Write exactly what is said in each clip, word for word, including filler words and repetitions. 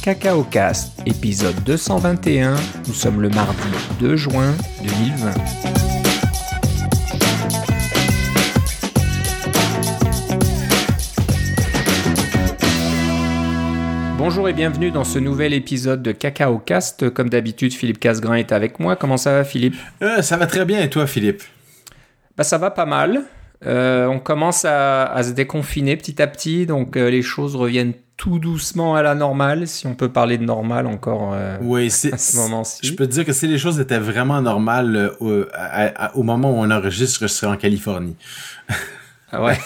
CacaoCast, épisode deux cent vingt et un. Nous sommes le mardi deux juin deux mille vingt. Bonjour et bienvenue dans ce nouvel épisode de CacaoCast. Comme d'habitude, Philippe Casgrain est avec moi. Comment ça va, Philippe ? euh, Ça va très bien, et toi, Philippe ? Bah, ça va pas mal. Euh, on commence à, à se déconfiner petit à petit, donc euh, les choses reviennent tout doucement à la normale, si on peut parler de normal encore euh, oui, c'est, à ce moment-ci. Je peux te dire que si les choses étaient vraiment normales euh, au, à, à, au moment où on enregistre, je serais en Californie. Ah ouais.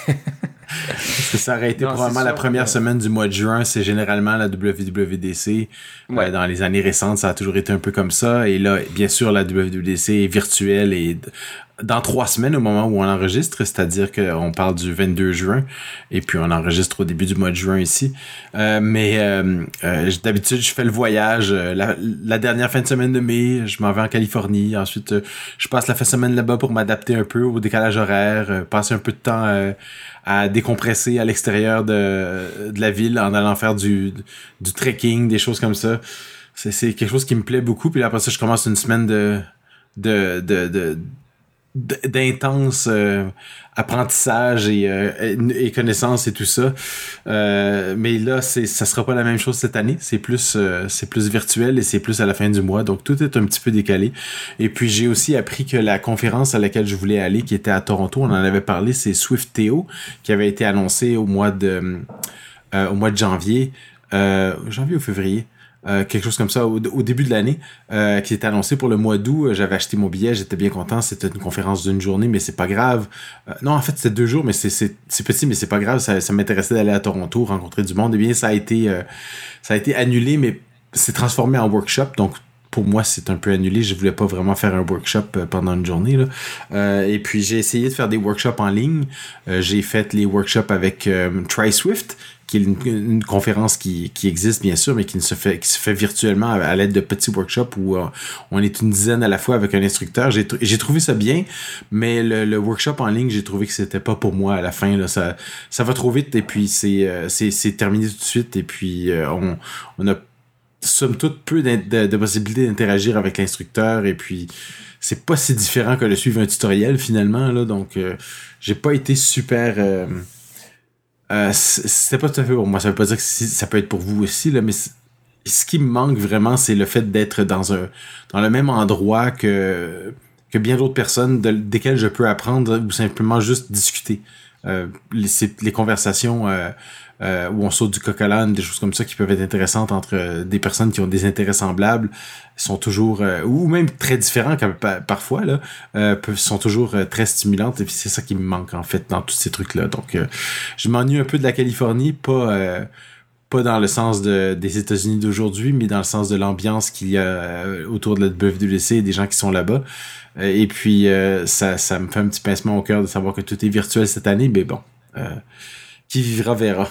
Ça aurait été non, probablement la première que... semaine du mois de juin, c'est généralement la W W D C. Ouais. Euh, dans les années récentes, ça a toujours été un peu comme ça. Et là, bien sûr, la W W D C est virtuelle et dans trois semaines au moment où on enregistre, c'est-à-dire qu'on parle du vingt-deux juin et puis on enregistre au début du mois de juin ici. Euh, mais euh, euh, d'habitude, je fais le voyage la, la dernière fin de semaine de mai, je m'en vais en Californie. Ensuite, euh, je passe la fin de semaine là-bas pour m'adapter un peu au décalage horaire, euh, passer un peu de temps euh, à décompresser à l'extérieur de, de la ville en allant faire du, du trekking, des choses comme ça. C'est, c'est quelque chose qui me plaît beaucoup. Puis après ça, je commence une semaine de de de, de d'intense euh, apprentissage et, euh, et connaissances et tout ça. Euh, mais là, c'est ça sera pas la même chose cette année. C'est plus euh, c'est plus virtuel et c'est plus à la fin du mois. Donc, tout est un petit peu décalé. Et puis, j'ai aussi appris que la conférence à laquelle je voulais aller, qui était à Toronto, on en avait parlé, c'est SwiftTeo, qui avait été annoncé au mois de euh, au mois de janvier. Euh, janvier ou février. Euh, quelque chose comme ça au, au début de l'année euh, qui était annoncé pour le mois d'août. J'avais acheté mon billet, j'étais bien content. C'était une conférence d'une journée, mais c'est pas grave. Euh, non, en fait, c'était deux jours, mais c'est, c'est, c'est petit, mais c'est pas grave. Ça, ça m'intéressait d'aller à Toronto, rencontrer du monde. Eh bien, ça a été, euh, ça a été annulé, mais c'est transformé en workshop. Donc, pour moi, c'est un peu annulé. Je voulais pas vraiment faire un workshop pendant une journée, là. Euh, et puis, j'ai essayé de faire des workshops en ligne. Euh, j'ai fait les workshops avec euh, TrySwift, qui est une, une conférence qui, qui existe, bien sûr, mais qui ne se fait, qui se fait virtuellement à, à l'aide de petits workshops où euh, on est une dizaine à la fois avec un instructeur. J'ai, j'ai trouvé ça bien, mais le, le workshop en ligne, j'ai trouvé que c'était pas pour moi à la fin, là. Ça, ça va trop vite et puis c'est, euh, c'est, c'est terminé tout de suite et puis euh, on, on a somme toute peu de, de, de possibilités d'interagir avec l'instructeur et puis c'est pas si différent que de suivre un tutoriel finalement, là. Donc, euh, j'ai pas été super... Euh, Euh, c'était pas tout à fait pour moi. Ça veut pas dire que ça peut être pour vous aussi, là, mais ce qui me manque vraiment, c'est le fait d'être dans un dans le même endroit que que bien d'autres personnes de, desquelles je peux apprendre ou simplement juste discuter. Euh, les, les conversations euh, euh, où on saute du coq à l'âne, des choses comme ça qui peuvent être intéressantes entre euh, des personnes qui ont des intérêts semblables sont toujours euh, ou même très différents comme, parfois là euh, peuvent sont toujours euh, très stimulantes et puis c'est ça qui me manque en fait dans tous ces trucs là. Donc euh, je m'ennuie un peu de la Californie, pas euh, pas dans le sens de des États-Unis d'aujourd'hui, mais dans le sens de l'ambiance qu'il y a euh, autour de la W W D C et des gens qui sont là-bas. Euh, et puis euh, ça ça me fait un petit pincement au cœur de savoir que tout est virtuel cette année, mais bon, euh, qui vivra verra.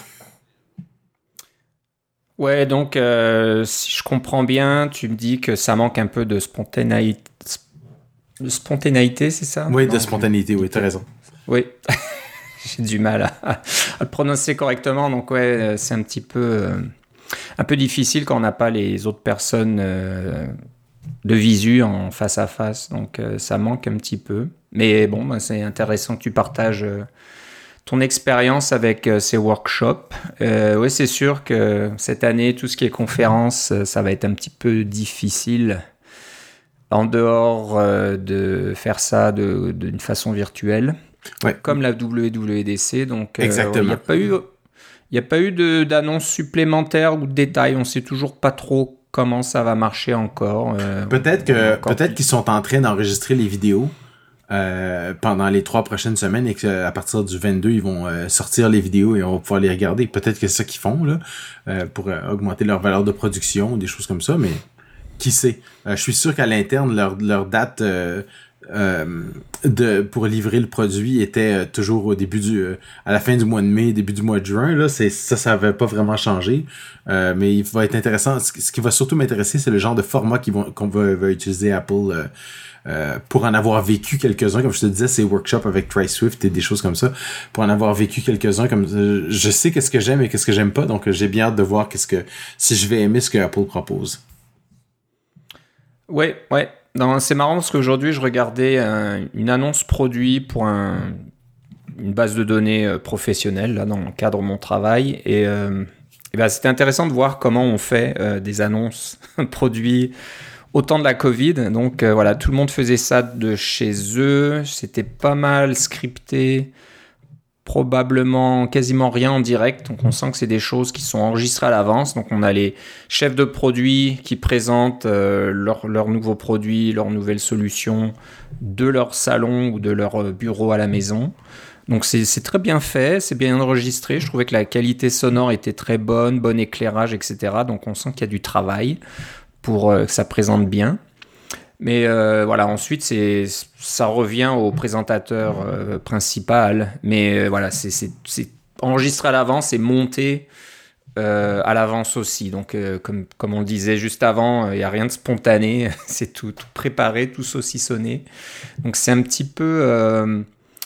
Ouais, donc euh, si je comprends bien, tu me dis que ça manque un peu de spontanéité, de spontanéité, c'est ça ? Oui, non, de spontanéité, oui, t'as raison. Oui, j'ai du mal à, à le prononcer correctement, donc ouais, c'est un petit peu, euh, un peu difficile quand on n'a pas les autres personnes euh, de visu en face à face, donc euh, ça manque un petit peu. Mais bon, bah, c'est intéressant que tu partages... Euh, ton expérience avec euh, ces workshops. Euh, oui, c'est sûr que cette année, tout ce qui est conférence, ça va être un petit peu difficile en dehors euh, de faire ça de, d'une façon virtuelle, ouais. Comme la W W D C. Donc, exactement. Il euh, n'y a pas eu, il n'y a pas eu de, d'annonce supplémentaire ou de détails. On ne sait toujours pas trop comment ça va marcher encore. Euh, peut-être que, encore peut-être plus... qu'ils sont en train d'enregistrer les vidéos. Euh, pendant les trois prochaines semaines et qu'à partir du vingt-deux, ils vont euh, sortir les vidéos et on va pouvoir les regarder. Peut-être que c'est ça qu'ils font là euh, pour euh, augmenter leur valeur de production ou des choses comme ça, mais qui sait. Euh, je suis sûr qu'à l'interne, leur, leur date euh, euh, de pour livrer le produit était toujours au début du euh, à la fin du mois de mai, début du mois de juin. Là, c'est ça, ça avait pas vraiment changé. Euh, mais il va être intéressant. Ce, ce qui va surtout m'intéresser, c'est le genre de format qu'ils vont qu'on va, va utiliser Apple. Euh, Euh, pour en avoir vécu quelques-uns, comme je te disais, ces workshops avec Try Swift et des choses comme ça, pour en avoir vécu quelques-uns, comme euh, je sais qu'est-ce que j'aime et qu'est-ce que j'aime pas, donc j'ai bien hâte de voir qu'est-ce que si je vais aimer ce que Apple propose. Ouais, ouais. Non, c'est marrant parce qu'aujourd'hui, je regardais un, une annonce produit pour un, une base de données euh, professionnelle là, dans le cadre de mon travail. Et, euh, et ben, c'était intéressant de voir comment on fait euh, des annonces produits au temps de la Covid. Donc euh, voilà, tout le monde faisait ça de chez eux. C'était pas mal scripté. Probablement quasiment rien en direct. Donc on sent que c'est des choses qui sont enregistrées à l'avance. Donc on a les chefs de produits qui présentent euh, leurs leur nouveaux produits, leurs nouvelles solutions de leur salon ou de leur bureau à la maison. Donc c'est, c'est très bien fait, c'est bien enregistré. Je trouvais que la qualité sonore était très bonne, bon éclairage, et cetera. Donc on sent qu'il y a du travail pour euh, que ça présente bien. Mais euh, voilà, ensuite, c'est, ça revient au présentateur euh, principal. Mais euh, voilà, c'est, c'est, c'est enregistré à l'avance et monté euh, à l'avance aussi. Donc, euh, comme, comme on le disait juste avant, il n'y a rien de spontané. C'est tout, tout préparé, tout saucissonné. Donc, c'est un petit peu euh,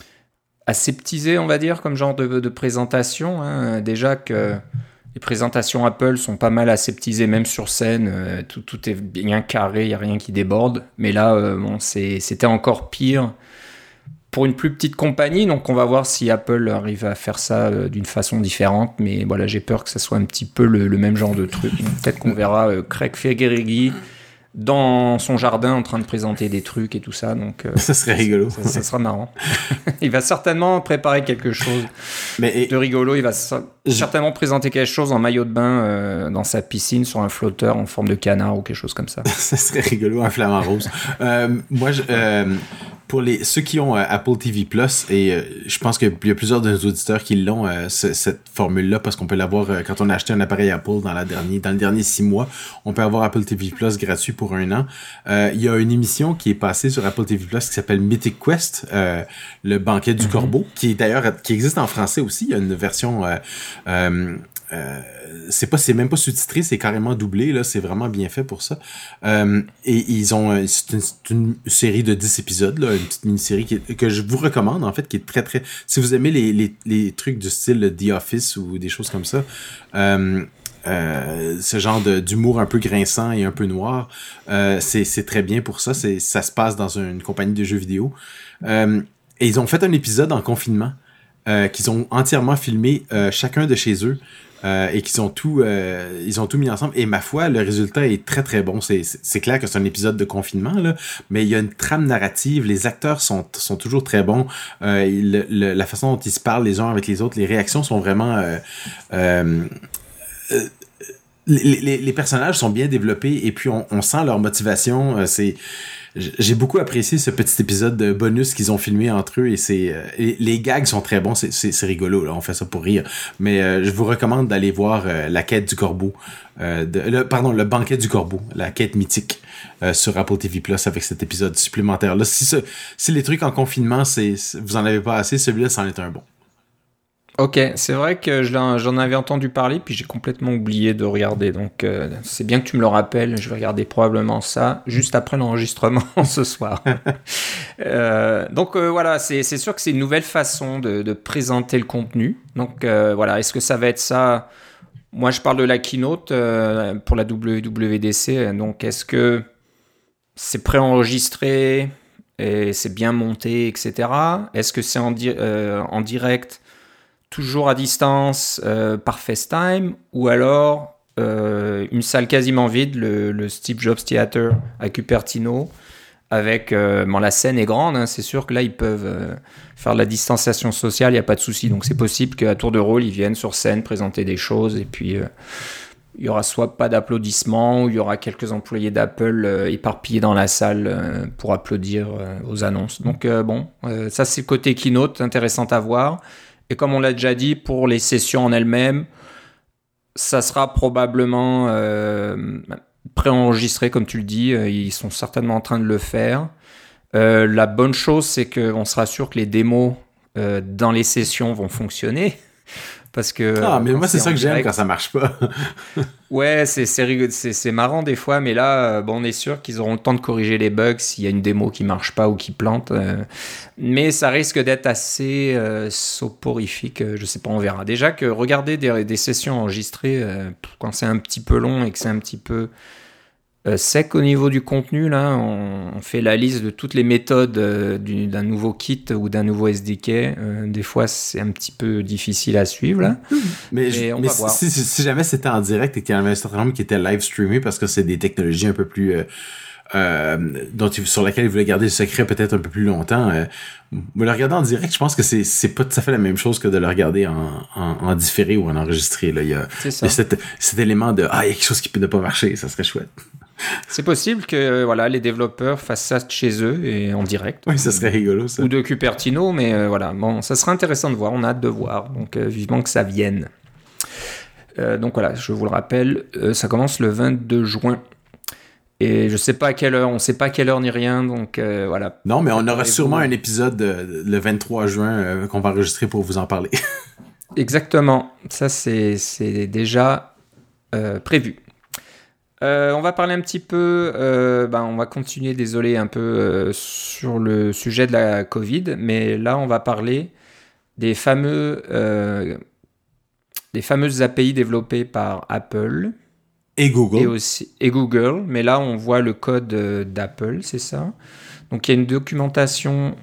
aseptisé, on va dire, comme genre de, de présentation. Hein. Déjà que... Les présentations Apple sont pas mal aseptisées, même sur scène. Euh, tout, tout est bien carré, il n'y a rien qui déborde. Mais là, euh, bon, c'est, c'était encore pire pour une plus petite compagnie. Donc, on va voir si Apple arrive à faire ça euh, d'une façon différente. Mais voilà, j'ai peur que ça soit un petit peu le, le même genre de truc. Donc, peut-être qu'on verra euh, Craig Federighi dans son jardin en train de présenter des trucs et tout ça. Donc, euh, ça serait rigolo. Ça, ça sera marrant. Il va certainement préparer quelque chose Mais, de rigolo. Il va so- je... certainement présenter quelque chose en maillot de bain euh, dans sa piscine sur un flotteur en forme de canard ou quelque chose comme ça. Ça serait rigolo, un flamant rose. euh, moi, je... Euh... Pour les ceux qui ont euh, Apple T V Plus, et euh, je pense qu'il y a plusieurs de nos auditeurs qui l'ont, euh, ce, cette formule-là, parce qu'on peut l'avoir euh, quand on a acheté un appareil Apple dans, la dernière, dans le dernier six mois, on peut avoir Apple T V Plus gratuit pour un an. Euh, il y a une émission qui est passée sur Apple T V Plus qui s'appelle Mythic Quest, euh, le banquet du mm-hmm. corbeau, qui est d'ailleurs qui existe en français aussi. Il y a une version... Euh, euh, Euh, c'est pas c'est même pas sous-titré, c'est carrément doublé là, c'est vraiment bien fait pour ça. Euh, et ils ont c'est une, c'est une série de dix épisodes là, une petite mini-série qui est, que je vous recommande en fait, qui est très très si vous aimez les les les trucs du style The Office ou des choses comme ça. Euh, Euh, ce genre de, d'humour un peu grinçant et un peu noir, euh, c'est, c'est très bien pour ça. C'est, ça se passe dans une compagnie de jeux vidéo. Euh, et ils ont fait un épisode en confinement euh, qu'ils ont entièrement filmé euh, chacun de chez eux. Euh, et qu'ils ont tout, euh, ils ont tout mis ensemble. Et ma foi, le résultat est très très bon. C'est, c'est, c'est clair que c'est un épisode de confinement là, mais il y a une trame narrative. Les acteurs sont sont toujours très bons. Euh, le, le, la façon dont ils se parlent les uns avec les autres, les réactions sont vraiment. Euh, euh, euh, les, les, les personnages sont bien développés et puis on, on sent leur motivation. Euh, c'est J'ai beaucoup apprécié ce petit épisode de bonus qu'ils ont filmé entre eux et c'est euh, et les gags sont très bons, c'est, c'est, c'est rigolo, là, on fait ça pour rire. Mais euh, je vous recommande d'aller voir euh, la quête du corbeau, euh, de, le, pardon, le banquet du corbeau, la quête mythique euh, sur Apple T V Plus avec cet épisode supplémentaire là. Si, ce, si les trucs en confinement, c'est, vous en avez pas assez, celui-là, c'en est un bon. Ok, c'est vrai que je j'en avais entendu parler, puis j'ai complètement oublié de regarder. Donc, euh, c'est bien que tu me le rappelles. Je vais regarder probablement ça juste après l'enregistrement ce soir. euh, donc, euh, voilà, c'est, c'est sûr que c'est une nouvelle façon de, de présenter le contenu. Donc, euh, voilà, est-ce que ça va être ça? Moi, je parle de la keynote euh, pour la W W D C. Donc, est-ce que c'est préenregistré et c'est bien monté, et cetera. Est-ce que c'est en, di- euh, en direct? Toujours à distance euh, par FaceTime ou alors euh, une salle quasiment vide, le, le Steve Jobs Theater à Cupertino, avec euh, bon, la scène est grande, hein, c'est sûr que là ils peuvent euh, faire de la distanciation sociale, il n'y a pas de souci, donc c'est possible qu'à tour de rôle ils viennent sur scène présenter des choses et puis euh, il y aura soit pas d'applaudissements ou il y aura quelques employés d'Apple euh, éparpillés dans la salle euh, pour applaudir euh, aux annonces. Donc euh, bon, euh, ça c'est le côté keynote, intéressant à voir. Et comme on l'a déjà dit, pour les sessions en elles-mêmes, ça sera probablement euh, préenregistré, comme tu le dis. Ils sont certainement en train de le faire. Euh, la bonne chose, c'est qu'on sera sûr que les démos euh, dans les sessions vont fonctionner. Parce que, ah, mais moi, c'est ça que j'aime quand ça marche pas. ouais, c'est, c'est, c'est, c'est marrant des fois, mais là, bon, on est sûr qu'ils auront le temps de corriger les bugs s'il y a une démo qui marche pas ou qui plante. Euh, mais ça risque d'être assez euh, soporifique, je sais pas, on verra. Déjà que regarder des, des sessions enregistrées, euh, quand c'est un petit peu long et que c'est un petit peu euh, sec au niveau du contenu, là, on, on fait la liste de toutes les méthodes euh, du, d'un nouveau kit ou d'un nouveau S D K. Euh, des fois, c'est un petit peu difficile à suivre, là. Mais, je, mais si, si, si jamais c'était en direct et qu'il y en avait un certain nombre qui était live streamé parce que c'est des technologies un peu plus... Euh, euh, dont, sur laquelle ils voulaient garder le secret peut-être un peu plus longtemps, euh, le regarder en direct, je pense que c'est, c'est pas tout à fait la même chose que de le regarder en, en, en différé ou en enregistré. Là. Il y a, il y a cet, cet élément de « Ah, il y a quelque chose qui peut ne pas marcher, ça serait chouette ». C'est possible que voilà, les développeurs fassent ça chez eux et en direct. Oui, ça serait rigolo, ça. Ou de Cupertino, mais euh, voilà, bon, ça serait intéressant de voir, on a hâte de voir, donc euh, vivement que ça vienne. Euh, donc voilà, je vous le rappelle, euh, ça commence le vingt-deux juin. Et je sais pas à quelle heure, on sait pas à quelle heure ni rien, donc euh, voilà. Non, mais on aura sûrement un épisode euh, le vingt-trois juin euh, qu'on va enregistrer pour vous en parler. Exactement, ça c'est, c'est déjà euh, prévu. Euh, on va parler un petit peu, euh, ben on va continuer, désolé, un peu euh, sur le sujet de la Covid, mais là on va parler des fameux, euh, des fameuses A P I développées par Apple et Google. Et aussi et Google, mais là on voit le code euh, d'Apple, c'est ça. Donc il y a une documentation.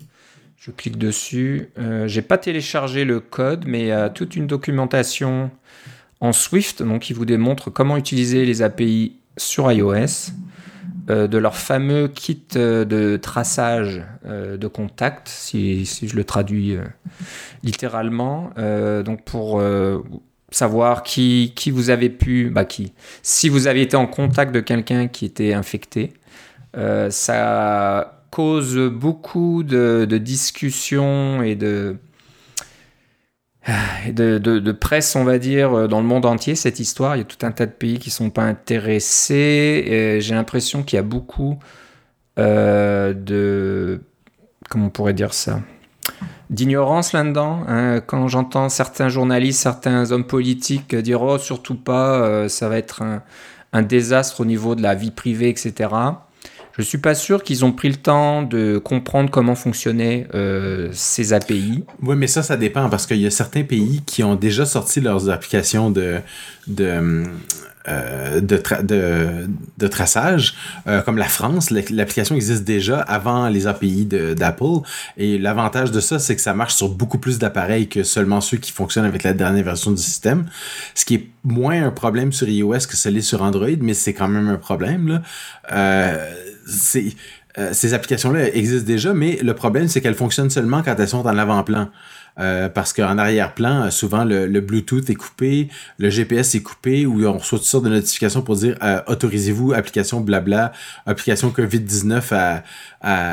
Je clique dessus. Euh, j'ai pas téléchargé le code, mais il y a toute une documentation en Swift, donc qui vous démontre comment utiliser les A P I sur iOS, euh, de leur fameux kit euh, de traçage euh, de contact, si, si je le traduis euh, littéralement. Euh, donc pour euh, savoir qui, qui vous avez pu, bah qui, si vous avez été en contact de quelqu'un qui était infecté, euh, ça cause beaucoup de, de discussions et de De, de, de presse, on va dire, dans le monde entier, cette histoire. Il y a tout un tas de pays qui ne sont pas intéressés. Et j'ai l'impression qu'il y a beaucoup euh, de... Comment on pourrait dire ça ? D'ignorance là-dedans. Hein. Quand j'entends certains journalistes, certains hommes politiques dire « Oh, surtout pas, euh, ça va être un, un désastre au niveau de la vie privée, et cetera » Je ne suis pas sûr qu'ils ont pris le temps de comprendre comment fonctionnaient euh, ces A P I. Oui, mais ça, ça dépend parce qu'il y a certains pays qui ont déjà sorti leurs applications de, de, euh, de, tra- de, de traçage, euh, comme la France. L'application existe déjà avant les A P I de, d'Apple. Et l'avantage de ça, c'est que ça marche sur beaucoup plus d'appareils que seulement ceux qui fonctionnent avec la dernière version du système. Ce qui est moins un problème sur iOS que ce l'est sur Android, mais c'est quand même un problème, là. Euh, c'est, euh, ces applications-là existent déjà, mais le problème, c'est qu'elles fonctionnent seulement quand elles sont en avant-plan. Euh, parce qu'en arrière-plan, souvent, le, le Bluetooth est coupé, le G P S est coupé, ou on reçoit toutes sortes de notifications pour dire euh, « Autorisez-vous, application blabla, application covid dix-neuf à, à,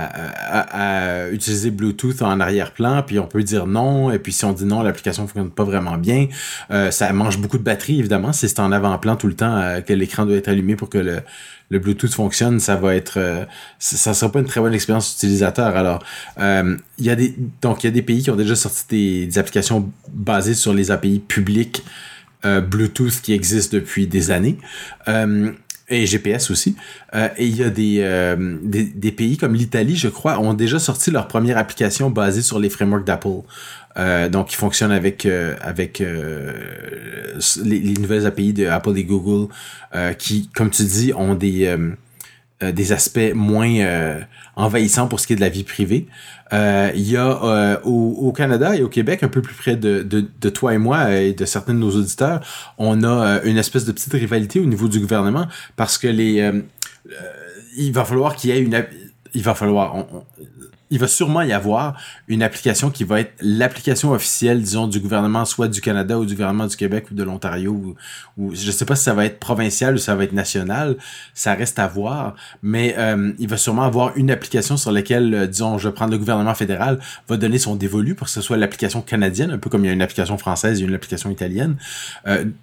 à, à utiliser Bluetooth en arrière-plan », puis on peut dire non, et puis si on dit non, l'application ne fonctionne pas vraiment bien. Euh, ça mange beaucoup de batterie, évidemment, si c'est en avant-plan tout le temps euh, que l'écran doit être allumé pour que le le Bluetooth fonctionne, ça va être, euh, ça sera pas une très bonne expérience utilisateur. Alors, euh, il y a des, donc il y a des pays qui ont déjà sorti des, des applications basées sur les A P I publiques euh, Bluetooth qui existent depuis des années. Euh, et G P S aussi. Euh, et il y a des, euh, des, des pays comme l'Italie, je crois, ont déjà sorti leur première application basée sur les frameworks d'Apple. Euh, donc, ils fonctionnent avec euh, avec euh, les, les nouvelles A P I de Apple et Google, euh, qui, comme tu dis, ont des euh, euh, des aspects moins euh, envahissants pour ce qui est de la vie privée. Euh, il y a euh, au, au Canada et au Québec, un peu plus près de, de, de toi et moi et de certains de nos auditeurs, on a euh, une espèce de petite rivalité au niveau du gouvernement parce que les euh, euh, il va falloir qu'il y ait une il va falloir on, on, il va sûrement y avoir une application qui va être l'application officielle, disons, du gouvernement, soit du Canada ou du gouvernement du Québec ou de l'Ontario, ou, ou je sais pas si ça va être provincial ou ça va être national, ça reste à voir, mais euh, il va sûrement avoir une application sur laquelle, euh, disons, je vais prendre le gouvernement fédéral, va donner son dévolu pour que ce soit l'application canadienne, un peu comme il y a une application française et une application italienne, euh,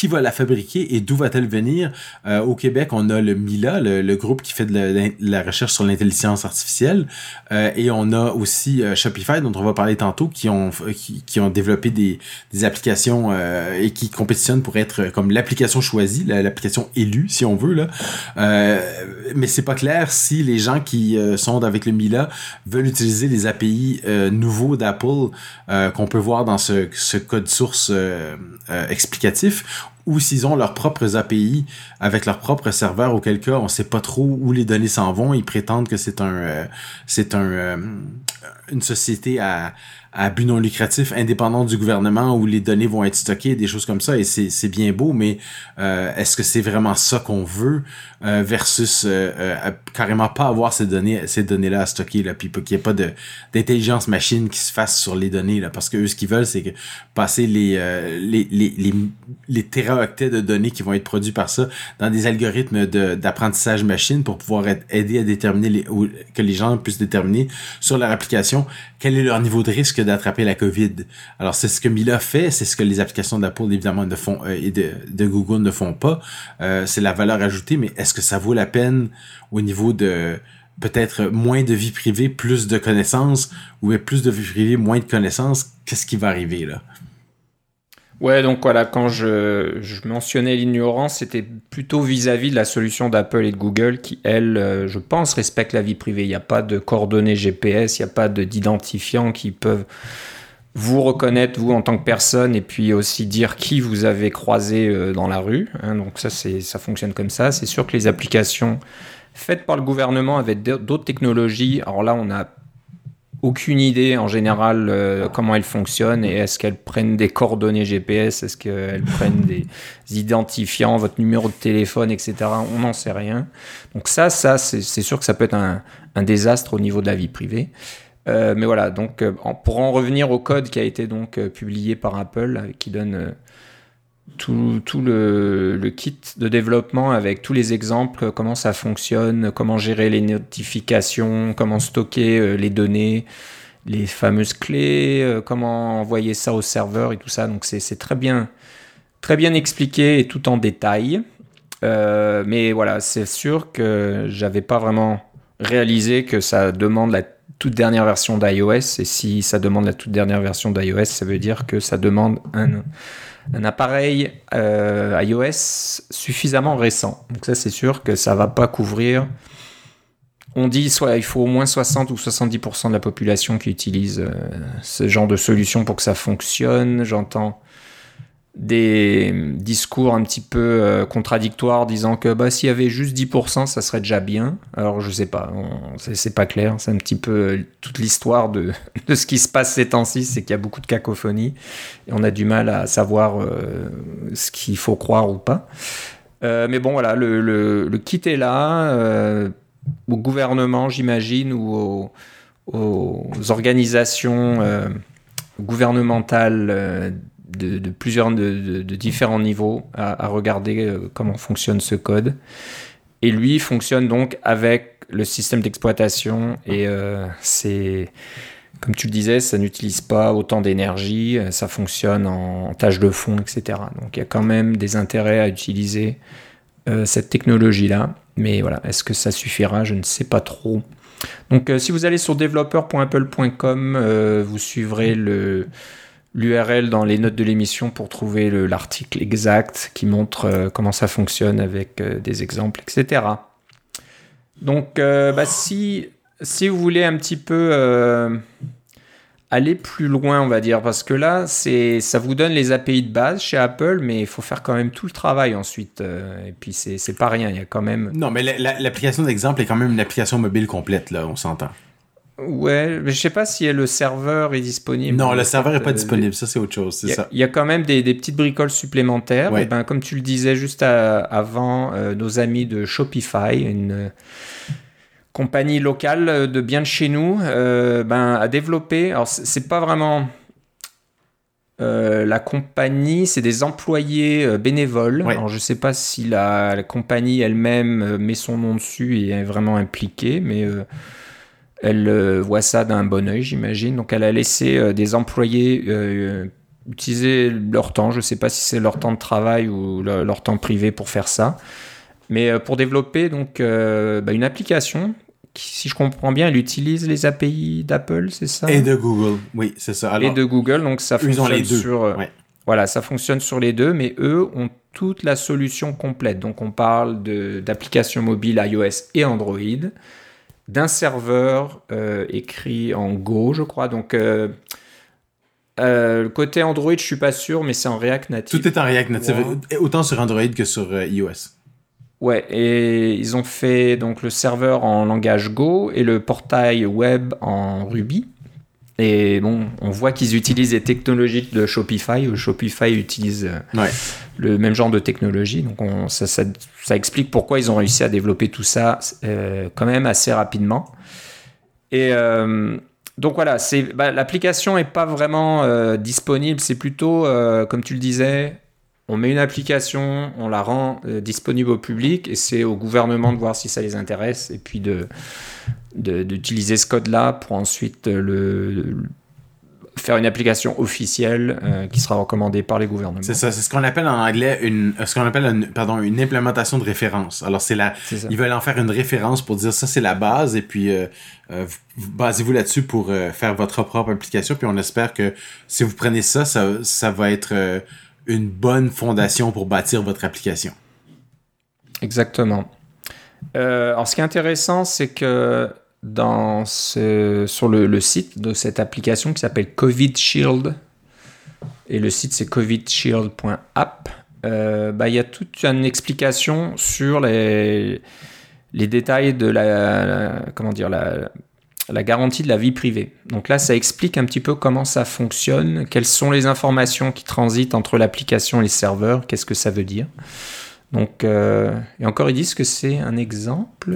qui va la fabriquer et d'où va-t-elle venir? Euh, au Québec, on a le Mila, le, le groupe qui fait de la, de la recherche sur l'intelligence artificielle, euh, et on a aussi euh, Shopify, dont on va parler tantôt, qui ont qui, qui ont développé des, des applications euh, et qui compétitionnent pour être comme l'application choisie, l'application élue, si on veut là. Euh, mais c'est pas clair si les gens qui euh, sont avec le Mila veulent utiliser les A P I euh, nouveaux d'Apple euh, qu'on peut voir dans ce, ce code source euh, euh, explicatif, ou s'ils ont leurs propres A P I avec leurs propres serveurs, auquel cas on sait pas trop où les données s'en vont. Ils prétendent que c'est un euh, c'est un euh, une société à à but non lucratif indépendant du gouvernement où les données vont être stockées, des choses comme ça, et c'est c'est bien beau, mais euh, est-ce que c'est vraiment ça qu'on veut euh, versus euh, euh, carrément pas avoir ces données ces données-là à stocker là, puis qu'il n'y ait pas de d'intelligence machine qui se fasse sur les données là, parce que eux ce qu'ils veulent c'est que passer les euh, les les les, les téraoctets de données qui vont être produits par ça dans des algorithmes de d'apprentissage machine pour pouvoir être, aider à déterminer les, ou, que les gens puissent déterminer sur leur application quel est leur niveau de risque d'attraper la COVID. Alors, c'est ce que Mila fait, c'est ce que les applications d'Apple, évidemment, ne font, euh, et de, de Google ne font pas. Euh, c'est la valeur ajoutée, mais est-ce que ça vaut la peine au niveau de peut-être moins de vie privée, plus de connaissances, ou plus de vie privée, moins de connaissances? Qu'est-ce qui va arriver, là? Ouais, donc voilà, quand je, je mentionnais l'ignorance, c'était plutôt vis-à-vis de la solution d'Apple et de Google qui, elle, je pense, respecte la vie privée. Il n'y a pas de coordonnées G P S, il n'y a pas d'identifiants qui peuvent vous reconnaître, vous, en tant que personne, et puis aussi dire qui vous avez croisé dans la rue. Hein, donc ça, c'est, ça fonctionne comme ça. C'est sûr que les applications faites par le gouvernement avec d'autres technologies, alors là, on n'a aucune idée en général euh, comment elles fonctionnent et est-ce qu'elles prennent des coordonnées G P S, est-ce qu'elles prennent des identifiants, votre numéro de téléphone, et cetera. On n'en sait rien. Donc ça, ça c'est, c'est sûr que ça peut être un, un désastre au niveau de la vie privée. Euh, mais voilà, donc euh, pour en revenir au code qui a été donc euh, publié par Apple, euh, qui donne euh, tout, tout le, le kit de développement avec tous les exemples, comment ça fonctionne, comment gérer les notifications, comment stocker euh, les données, les fameuses clés, euh, comment envoyer ça au serveur et tout ça. Donc c'est, c'est très bien, très bien expliqué et tout en détail. Euh, mais voilà, c'est sûr que j'avais pas vraiment réalisé que ça demande la toute dernière version d'iOS. Et si ça demande la toute dernière version d'iOS, ça veut dire que ça demande un... un appareil euh, iOS suffisamment récent. Donc ça, c'est sûr que ça va pas couvrir. On dit soit il faut au moins soixante ou soixante-dix pour cent de la population qui utilise euh, ce genre de solution pour que ça fonctionne. J'entends des discours un petit peu euh, contradictoires disant que bah, s'il y avait juste dix pour cent, ça serait déjà bien. Alors je sais pas, on, c'est, c'est pas clair. C'est un petit peu euh, toute l'histoire de, de ce qui se passe ces temps-ci, c'est qu'il y a beaucoup de cacophonie et on a du mal à savoir euh, ce qu'il faut croire ou pas. Euh, mais bon voilà, le, le, le kit est là, euh, au gouvernement j'imagine, ou aux, aux organisations euh, gouvernementales euh, De, de plusieurs de, de, de différents niveaux à, à regarder euh, comment fonctionne ce code. Et lui fonctionne donc avec le système d'exploitation et euh, c'est, comme tu le disais, ça n'utilise pas autant d'énergie, ça fonctionne en, en tâche de fond, et cetera. Donc il y a quand même des intérêts à utiliser euh, cette technologie-là. Mais voilà, est-ce que ça suffira? Je ne sais pas trop. Donc euh, si vous allez sur developer point apple point com, euh, vous suivrez le l'U R L dans les notes de l'émission pour trouver le, l'article exact qui montre euh, comment ça fonctionne avec euh, des exemples, et cetera. Donc, euh, bah, si, si vous voulez un petit peu euh, aller plus loin, on va dire, parce que là, c'est, ça vous donne les A P I de base chez Apple, mais il faut faire quand même tout le travail ensuite. Euh, et puis, c'est, c'est pas rien, il y a quand même... Non, mais la, la, l'application d'exemple est quand même une application mobile complète, là, on s'entend. Ouais, mais je sais pas si le serveur est disponible. Non, le serveur est pas euh, disponible, ça c'est autre chose, c'est y a, ça. Il y a quand même des, des petites bricoles supplémentaires. Ouais. Et ben, comme tu le disais juste à, avant, euh, nos amis de Shopify, une euh, compagnie locale de bien de chez nous, euh, ben, a développé. Alors, c'est, c'est pas vraiment euh, la compagnie, c'est des employés euh, bénévoles. Ouais. Alors, je sais pas si la, la compagnie elle-même met son nom dessus et est vraiment impliquée, mais euh, elle euh, voit ça d'un bon œil, j'imagine. Donc, elle a laissé euh, des employés euh, utiliser leur temps. Je ne sais pas si c'est leur temps de travail ou le, leur temps privé pour faire ça. Mais euh, pour développer donc, euh, bah, une application qui, si je comprends bien, elle utilise les A P I d'Apple, c'est ça? Et de Google, oui, c'est ça. Alors, et de Google, donc ça fonctionne ils ont les deux. sur... Euh, ouais. Voilà, ça fonctionne sur les deux, mais eux ont toute la solution complète. Donc on parle de, d'applications mobiles iOS et Android, d'un serveur euh, écrit en Go, je crois. Donc euh, euh, le côté Android, je suis pas sûr, mais c'est en React Native. Tout est en React Native, wow. Autant sur Android que sur euh, iOS. Ouais, et ils ont fait donc le serveur en langage Go et le portail web en Ruby. Et bon, on voit qu'ils utilisent les technologies de Shopify. Shopify utilise ouais. le même genre de technologie. Donc, on, ça, ça, ça explique pourquoi ils ont réussi à développer tout ça euh, quand même assez rapidement. Et euh, donc, voilà, c'est, bah, l'application n'est pas vraiment euh, disponible. C'est plutôt, euh, comme tu le disais, on met une application, on la rend euh, disponible au public et c'est au gouvernement de voir si ça les intéresse et puis de... De, d'utiliser ce code-là pour ensuite le, le faire une application officielle euh, qui sera recommandée par les gouvernements. C'est ça, c'est ce qu'on appelle en anglais une, ce qu'on appelle une, pardon, une implémentation de référence. Alors c'est la, c'est ils veulent en faire une référence pour dire ça c'est la base et puis euh, euh, vous, basez-vous là-dessus pour euh, faire votre propre application. Puis on espère que si vous prenez ça, ça, ça va être euh, une bonne fondation pour bâtir votre application. Exactement. Euh, alors ce qui est intéressant, c'est que dans ce, sur le, le site de cette application qui s'appelle Covid Shield, et le site c'est covid shield point app, euh, bah, y a toute une explication sur les, les détails de la, la, comment dire, la, la garantie de la vie privée. Donc là, ça explique un petit peu comment ça fonctionne, quelles sont les informations qui transitent entre l'application et les serveurs, qu'est-ce que ça veut dire. Donc, euh, et encore, ils disent que c'est un exemple.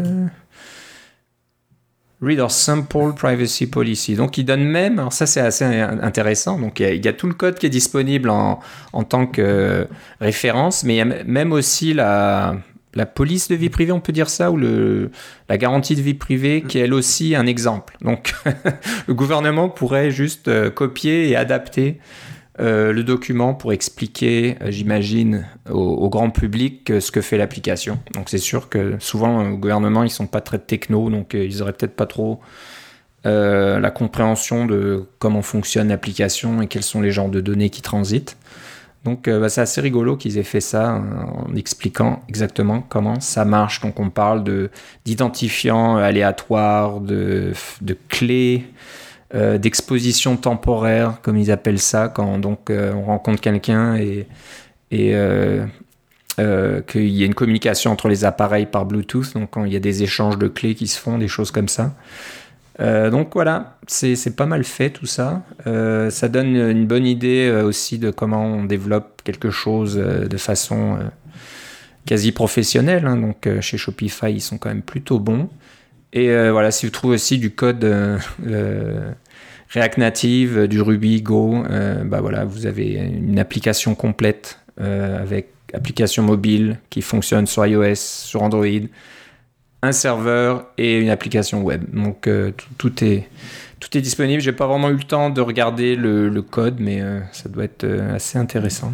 Read or sample privacy policy. Donc, ils donnent même, alors ça c'est assez intéressant, donc il y a, il y a tout le code qui est disponible en, en tant que euh, référence, mais il y a même aussi la, la police de vie privée, on peut dire ça, ou le, la garantie de vie privée, qui est elle aussi un exemple. Donc, le gouvernement pourrait juste euh, copier et adapter Euh, le document pour expliquer, euh, j'imagine, au, au grand public euh, ce que fait l'application. Donc c'est sûr que souvent euh, au gouvernement ils sont pas très techno, donc euh, ils auraient peut-être pas trop euh, la compréhension de comment fonctionne l'application et quels sont les genres de données qui transitent. Donc euh, bah, c'est assez rigolo qu'ils aient fait ça en expliquant exactement comment ça marche. Donc on parle de d'identifiants aléatoires, de, de clés. Euh, d'exposition temporaire, comme ils appellent ça, quand donc euh, on rencontre quelqu'un et, et euh, euh, qu'il y a une communication entre les appareils par Bluetooth, donc quand il y a des échanges de clés qui se font, des choses comme ça. Euh, donc voilà, c'est, c'est pas mal fait tout ça. Euh, ça donne une bonne idée euh, aussi de comment on développe quelque chose euh, de façon euh, quasi professionnelle. Hein. Donc euh, chez Shopify, ils sont quand même plutôt bons. Et euh, voilà, si vous trouvez aussi du code euh, euh, React Native, du Ruby, Go, euh, bah voilà, vous avez une application complète euh, avec application mobile qui fonctionne sur iOS, sur Android, un serveur et une application web. Donc euh, tout, tout est tout est disponible. J'ai pas vraiment eu le temps de regarder le, le code, mais euh, ça doit être euh, assez intéressant.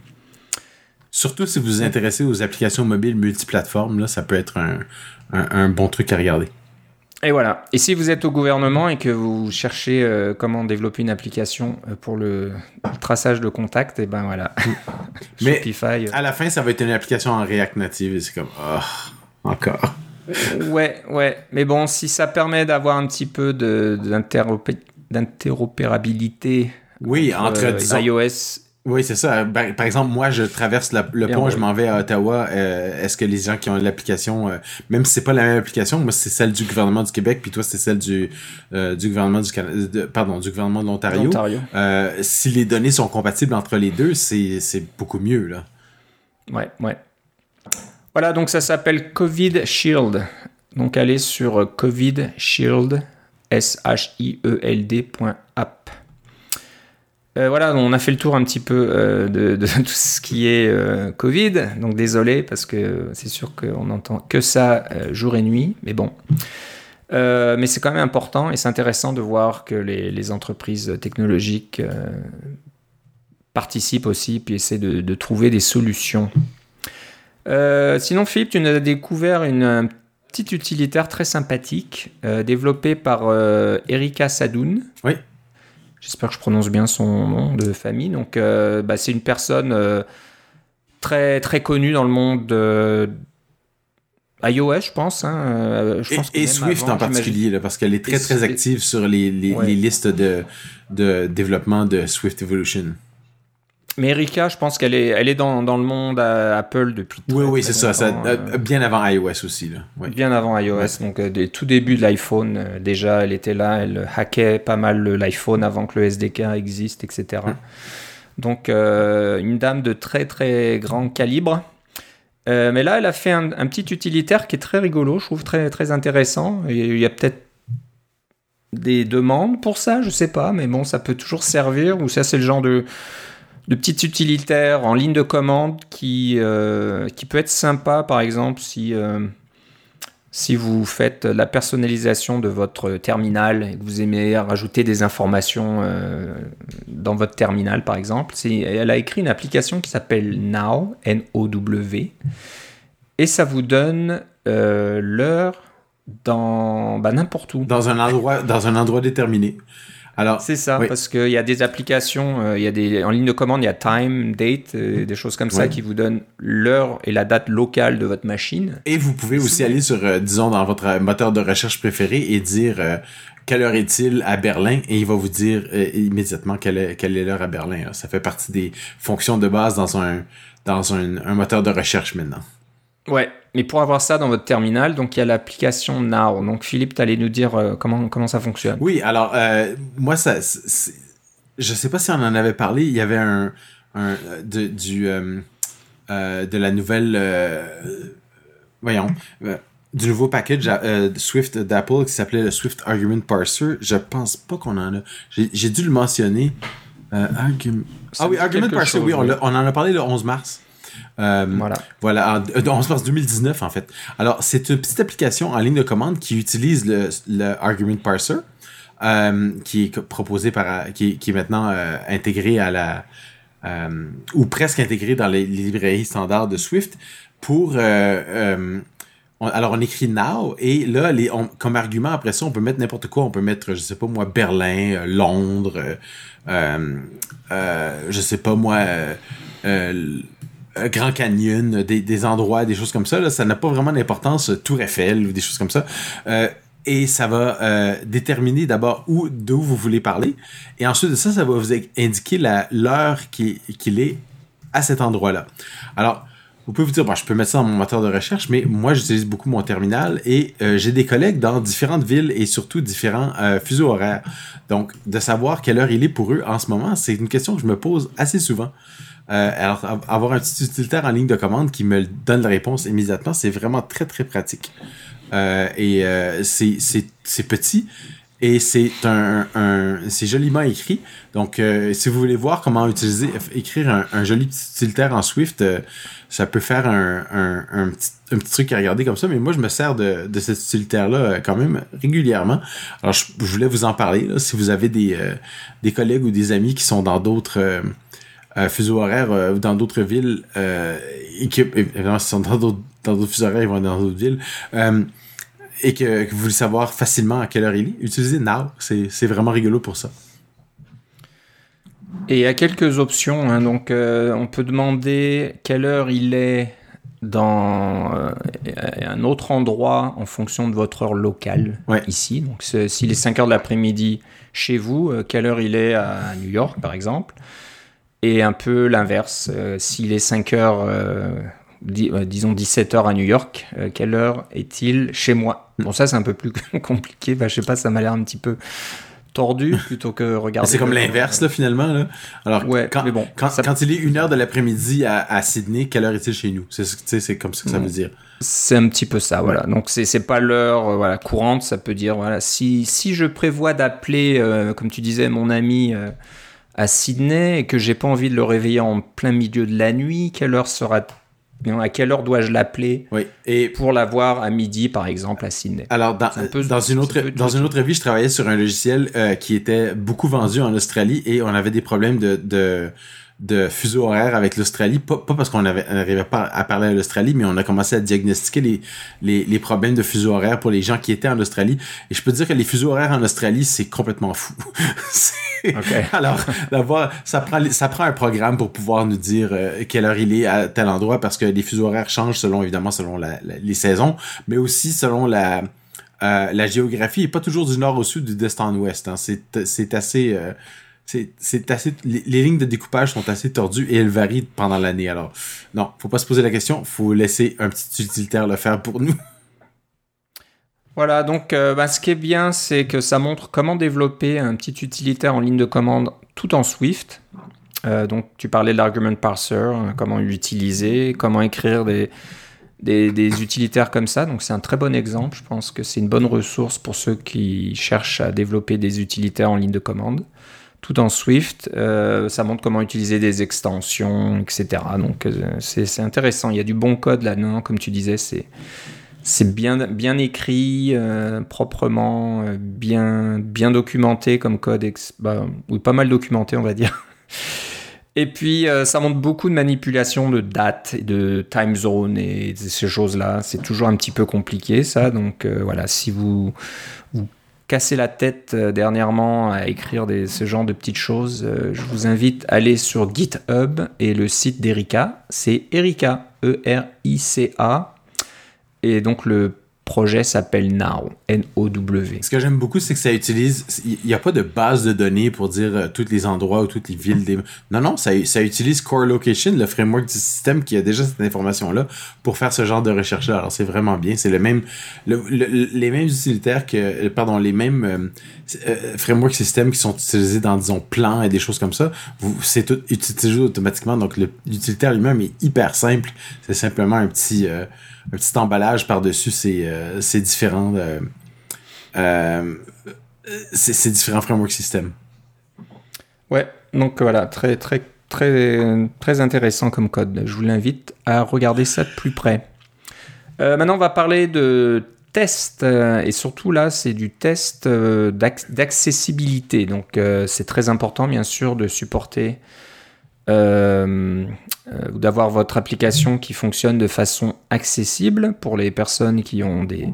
Surtout si vous vous intéressez aux applications mobiles multiplateformes, là, ça peut être un, un, un bon truc à regarder. Et voilà. Et si vous êtes au gouvernement et que vous cherchez euh, comment développer une application pour le, le traçage de contacts, et ben voilà. Mais Shopify, à la fin, ça va être une application en React Native et c'est comme, oh, encore. Ouais, ouais. Mais bon, si ça permet d'avoir un petit peu de, d'interopé- d'interopérabilité oui, entre, entre disons, iOS. Oui, c'est ça. Ben, par exemple, moi, je traverse la, le pont, je m'en vais à Ottawa. Euh, est-ce que les gens qui ont l'application, euh, même si c'est pas la même application, moi, c'est celle du gouvernement du Québec, puis toi, c'est celle du euh, du gouvernement du Canada, de, pardon, du gouvernement de l'Ontario. L'Ontario. Euh, si les données sont compatibles entre les deux, c'est c'est beaucoup mieux, là. Ouais, ouais. Voilà, donc ça s'appelle Covid Shield. Donc allez sur Covid Shield, S H I E L D point app. Euh, voilà, on a fait le tour un petit peu euh, de, de tout ce qui est euh, Covid. Donc désolé, parce que c'est sûr qu'on n'entend que ça euh, jour et nuit. Mais bon. Euh, mais c'est quand même important et c'est intéressant de voir que les, les entreprises technologiques euh, participe aussi, puis essaie de, de trouver des solutions. Euh, sinon, Philippe, tu nous as découvert une, un petit utilitaire très sympathique, euh, développé par euh, Erika Sadoun. Oui. J'espère que je prononce bien son nom de famille. Donc, euh, bah, c'est une personne euh, très, très connue dans le monde de iOS, je pense. Hein. Euh, je pense et et Swift avant, en particulier, là, parce qu'elle est très, et très active sur les, les, ouais. les listes de, de développement de Swift Evolution. Mais Erika, je pense qu'elle est, elle est dans, dans le monde Apple depuis très, oui, oui, très c'est longtemps. ça, ça euh, bien avant iOS aussi. Là. Oui. Bien avant iOS, ouais. donc euh, des tout débuts de l'iPhone, euh, déjà, elle était là, elle hackait pas mal le, l'iPhone avant que le S D K existe, et cetera. Hum. Donc, euh, une dame de très, très grand calibre. Euh, mais là, elle a fait un, un petit utilitaire qui est très rigolo, je trouve très, très intéressant. Et il y a peut-être des demandes pour ça, je sais pas, mais bon, ça peut toujours servir, ou ça, c'est le genre de... de petits utilitaires en ligne de commande qui, euh, qui peut être sympa, par exemple, si, euh, si vous faites la personnalisation de votre terminal et que vous aimez rajouter des informations euh, dans votre terminal, par exemple. C'est, elle a écrit une application qui s'appelle Now, N O W, et ça vous donne euh, l'heure dans bah, n'importe où. Dans un endroit, dans un endroit déterminé. Alors, c'est ça, oui. Parce qu'il y a des applications, euh, il y a des, en ligne de commande, il y a time, date, euh, des choses comme ça oui. qui vous donnent l'heure et la date locale de votre machine. Et vous pouvez aussi c'est... aller sur, euh, disons, dans votre moteur de recherche préféré et dire euh, quelle heure est-il à Berlin, et il va vous dire euh, immédiatement quelle est, quelle est l'heure à Berlin. Là. Ça fait partie des fonctions de base dans un, dans un, un moteur de recherche maintenant. Ouais, mais pour avoir ça dans votre terminal, donc il y a l'application Now. Donc Philippe, tu allais nous dire euh, comment, comment ça fonctionne. Oui, alors euh, moi, ça, c'est, je sais pas si on en avait parlé, il y avait un, un de, du, euh, euh, de la nouvelle, euh, voyons, euh, du nouveau package euh, Swift d'Apple qui s'appelait le Swift Argument Parser. Je pense pas qu'on en a. J'ai, j'ai dû le mentionner. Euh, argument... Ah oui, Argument Parser, chose, oui, on, on en a parlé le onze mars. Euh, voilà. Voilà, en, euh, onze mars deux mille dix-neuf en fait. Alors, c'est une petite application en ligne de commande qui utilise le, le Argument Parser, euh, qui est proposé par, qui, qui est maintenant euh, intégré à la, euh, ou presque intégré dans les, les librairies standards de Swift pour, euh, euh, on, alors on écrit Now et là, les, on, comme argument après ça, on peut mettre n'importe quoi. On peut mettre, je sais pas moi, Berlin, euh, Londres, euh, euh, je sais pas moi. Euh, euh, Grand Canyon, des, des endroits, des choses comme ça, là, ça n'a pas vraiment d'importance, Tour Eiffel ou des choses comme ça. Euh, et ça va euh, déterminer d'abord où, d'où vous voulez parler. Et ensuite de ça, ça va vous indiquer la, l'heure qui, qu'il est à cet endroit-là. Alors, vous pouvez vous dire, bon, je peux mettre ça dans mon moteur de recherche, mais moi, j'utilise beaucoup mon terminal et euh, j'ai des collègues dans différentes villes et surtout différents euh, fuseaux horaires. Donc, de savoir quelle heure il est pour eux en ce moment, c'est une question que je me pose assez souvent. Euh, alors, avoir un petit utilitaire en ligne de commande qui me donne la réponse immédiatement, c'est vraiment très, très pratique. Euh, et euh, c'est, c'est, c'est petit et c'est un, un c'est joliment écrit. Donc, euh, si vous voulez voir comment utiliser, écrire un, un joli petit utilitaire en Swift, euh, ça peut faire un, un, un, petit, un petit truc à regarder comme ça. Mais moi, je me sers de, de cet utilitaire-là quand même régulièrement. Alors, je, je voulais vous en parler. Là, si vous avez des, euh, des collègues ou des amis qui sont dans d'autres... Euh, Euh, fuseaux horaires euh, ou dans d'autres villes euh, et que, évidemment, s'ils sont dans d'autres, dans d'autres fuseaux horaires, ils vont dans d'autres villes euh, et que, que vous voulez savoir facilement à quelle heure il est, utilisez Now, c'est, c'est vraiment rigolo pour ça. Et il y a quelques options, hein. Donc euh, on peut demander quelle heure il est dans euh, un autre endroit en fonction de votre heure locale, ouais. Ici. Donc s'il est cinq heures de l'après-midi chez vous, euh, quelle heure il est à New York par exemple. Et un peu l'inverse, euh, s'il est cinq heures, euh, dis, euh, disons dix-sept heures à New York, euh, quelle heure est-il chez moi ? Bon, ça c'est un peu plus compliqué, bah, je sais pas, ça m'a l'air un petit peu tordu plutôt que regarder. C'est comme l'inverse là finalement. Là. Alors, ouais, quand, mais bon, quand, ça... quand il est une heure de l'après-midi à, à Sydney, quelle heure est-il chez nous ? C'est, c'est comme ça que ça veut dire. C'est un petit peu ça, voilà. Donc c'est, c'est pas l'heure euh, voilà, courante, ça peut dire, voilà, si, si je prévois d'appeler, euh, comme tu disais, mon ami... Euh, à Sydney et que j'ai pas envie de le réveiller en plein milieu de la nuit, quelle heure sera à quelle heure dois-je l'appeler oui. Et pour l'avoir à midi par exemple à Sydney. Alors dans, peu, dans une autre dans une autre vie, je travaillais sur un logiciel euh, qui était beaucoup vendu en Australie et on avait des problèmes de de de fuseau horaire avec l'Australie, pas, pas parce qu'on n'arrivait pas à parler à l'Australie, mais on a commencé à diagnostiquer les, les, les problèmes de fuseau horaire pour les gens qui étaient en Australie. Et je peux te dire que les fuseaux horaires en Australie, c'est complètement fou. c'est... Okay. Alors, d'avoir, ça prend, ça prend un programme pour pouvoir nous dire euh, quelle heure il est à tel endroit, parce que les fuseaux horaires changent selon, évidemment, selon la, la, les saisons, mais aussi selon la, euh, la géographie, et pas toujours du nord au sud, du d'est en ouest. Hein. C'est, c'est assez... Euh, C'est, c'est assez, les, les lignes de découpage sont assez tordues et elles varient pendant l'année. Alors, non, faut pas se poser la question, faut laisser un petit utilitaire le faire pour nous. Voilà, donc euh, bah, ce qui est bien, c'est que ça montre comment développer un petit utilitaire en ligne de commande tout en Swift. Euh, donc, tu parlais de l'argument parser, hein, comment l'utiliser, comment écrire des, des, des utilitaires comme ça. Donc, c'est un très bon exemple. Je pense que c'est une bonne ressource pour ceux qui cherchent à développer des utilitaires en ligne de commande. Tout en Swift, euh, ça montre comment utiliser des extensions, et cetera. Donc, euh, c'est, c'est intéressant. Il y a du bon code là-dedans, comme tu disais. C'est, c'est bien, bien écrit, euh, proprement, euh, bien, bien documenté comme code. Ex- bah, oui, pas mal documenté, on va dire. Et puis, euh, ça montre beaucoup de manipulation de date, et de time zone et de ces choses-là. C'est toujours un petit peu compliqué, ça. Donc, euh, voilà, si vous... vous cassé la tête euh, dernièrement à écrire des, ce genre de petites choses, euh, je vous invite à aller sur GitHub et le site d'Erica, c'est Erica, E R I C A, et donc le projet s'appelle Now, N O W. Ce que j'aime beaucoup, c'est que ça utilise, il n'y a pas de base de données pour dire euh, tous les endroits ou toutes les villes. Des... Non, non, ça, ça utilise Core Location, le framework du système qui a déjà cette information-là pour faire ce genre de recherche-là. Alors, c'est vraiment bien. C'est le même, le, le, les mêmes utilitaires que, pardon, les mêmes euh, euh, framework systèmes qui sont utilisés dans, disons, Plan et des choses comme ça. Vous, c'est tout utilisé automatiquement. Donc, le, l'utilitaire lui-même est hyper simple. C'est simplement un petit... Euh, un petit emballage par-dessus ces, euh, ces différents euh, euh, ces, ces différents framework systems. Ouais, donc voilà, très très très très intéressant comme code. Je vous l'invite à regarder ça de plus près. Euh, maintenant, on va parler de tests euh, et surtout là, c'est du test euh, d'acc- d'accessibilité. Donc, euh, c'est très important, bien sûr, de supporter Euh, euh, d'avoir votre application qui fonctionne de façon accessible pour les personnes qui ont des,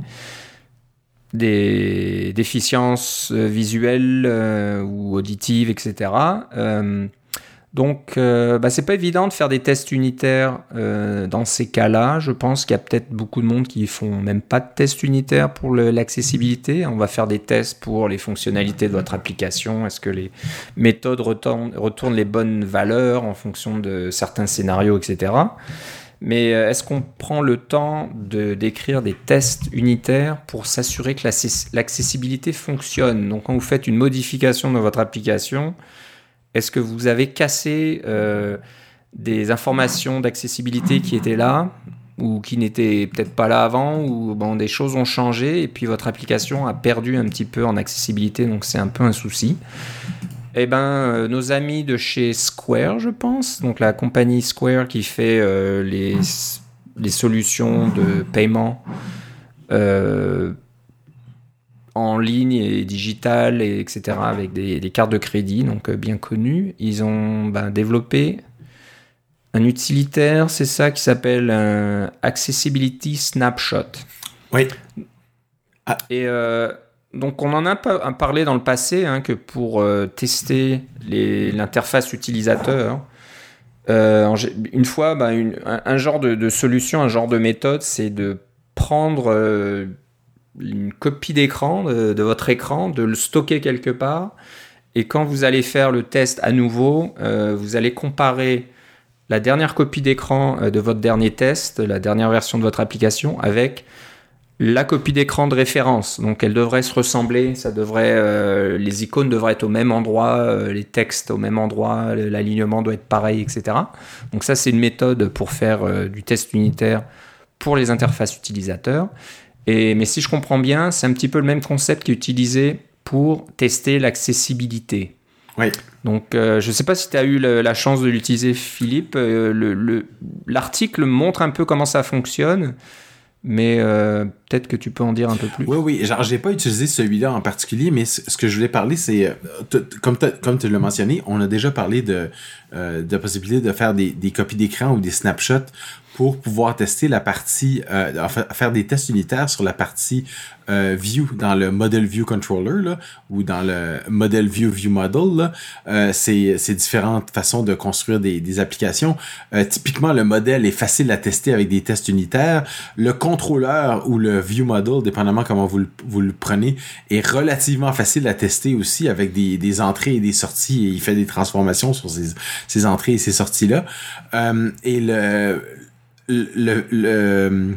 des déficiences visuelles euh, ou auditives, et cetera. Euh, donc, euh, bah, c'est pas évident de faire des tests unitaires euh, dans ces cas-là. Je pense qu'il y a peut-être beaucoup de monde qui font même pas de tests unitaires pour le, l'accessibilité. On va faire des tests pour les fonctionnalités de votre application. Est-ce que les méthodes retournent, retournent les bonnes valeurs en fonction de certains scénarios, et cetera. Mais euh, est-ce qu'on prend le temps de, d'écrire des tests unitaires pour s'assurer que l'accessibilité fonctionne? Donc, quand vous faites une modification dans votre application, est-ce que vous avez cassé euh, des informations d'accessibilité qui étaient là ou qui n'étaient peut-être pas là avant, ou bon, des choses ont changé et puis votre application a perdu un petit peu en accessibilité, donc c'est un peu un souci. Eh ben, euh, nos amis de chez Square, je pense, donc la compagnie Square qui fait euh, les, les solutions de paiement euh, en ligne et digital, et etc., avec des, des cartes de crédit, donc euh, bien connues. Ils ont ben, développé un utilitaire, c'est ça, qui s'appelle un Accessibility Snapshot. Oui. Ah. Et euh, donc, on en a pas parlé dans le passé, hein, que pour euh, tester les, l'interface utilisateur, euh, une fois, ben, une, un, un genre de, de solution, un genre de méthode, c'est de prendre... Euh, une copie d'écran de, de votre écran, de le stocker quelque part, et quand vous allez faire le test à nouveau, euh, vous allez comparer la dernière copie d'écran euh, de votre dernier test, la dernière version de votre application, avec la copie d'écran de référence. Donc elle devrait se ressembler, ça devrait, euh, les icônes devraient être au même endroit, euh, les textes au même endroit, l'alignement doit être pareil, et cetera. Donc ça, c'est une méthode pour faire euh, du test unitaire pour les interfaces utilisateurs. Et, mais si je comprends bien, c'est un petit peu le même concept qui est utilisé pour tester l'accessibilité. Oui. Donc, euh, je ne sais pas si tu as eu le, la chance de l'utiliser, Philippe. Euh, le, le, l'article montre un peu comment ça fonctionne, mais euh, peut-être que tu peux en dire un peu plus. Oui, oui. Genre, j'ai pas utilisé celui-là en particulier, mais ce que je voulais parler, c'est, comme, comme tu l'as mentionné, on a déjà parlé de, euh, de la possibilité de faire des, des copies d'écran ou des snapshots pour pouvoir tester la partie, euh, faire des tests unitaires sur la partie euh, View dans le Model View Controller là, ou dans le Model View View Model. Là. Euh, c'est, c'est différentes façons de construire des, des applications. Euh, typiquement, le modèle est facile à tester avec des tests unitaires. Le contrôleur ou le View Model, dépendamment comment vous le, vous le prenez, est relativement facile à tester aussi avec des, des entrées et des sorties. Et il fait des transformations sur ces, ces entrées et ces sorties-là. Euh, et le... Le, le,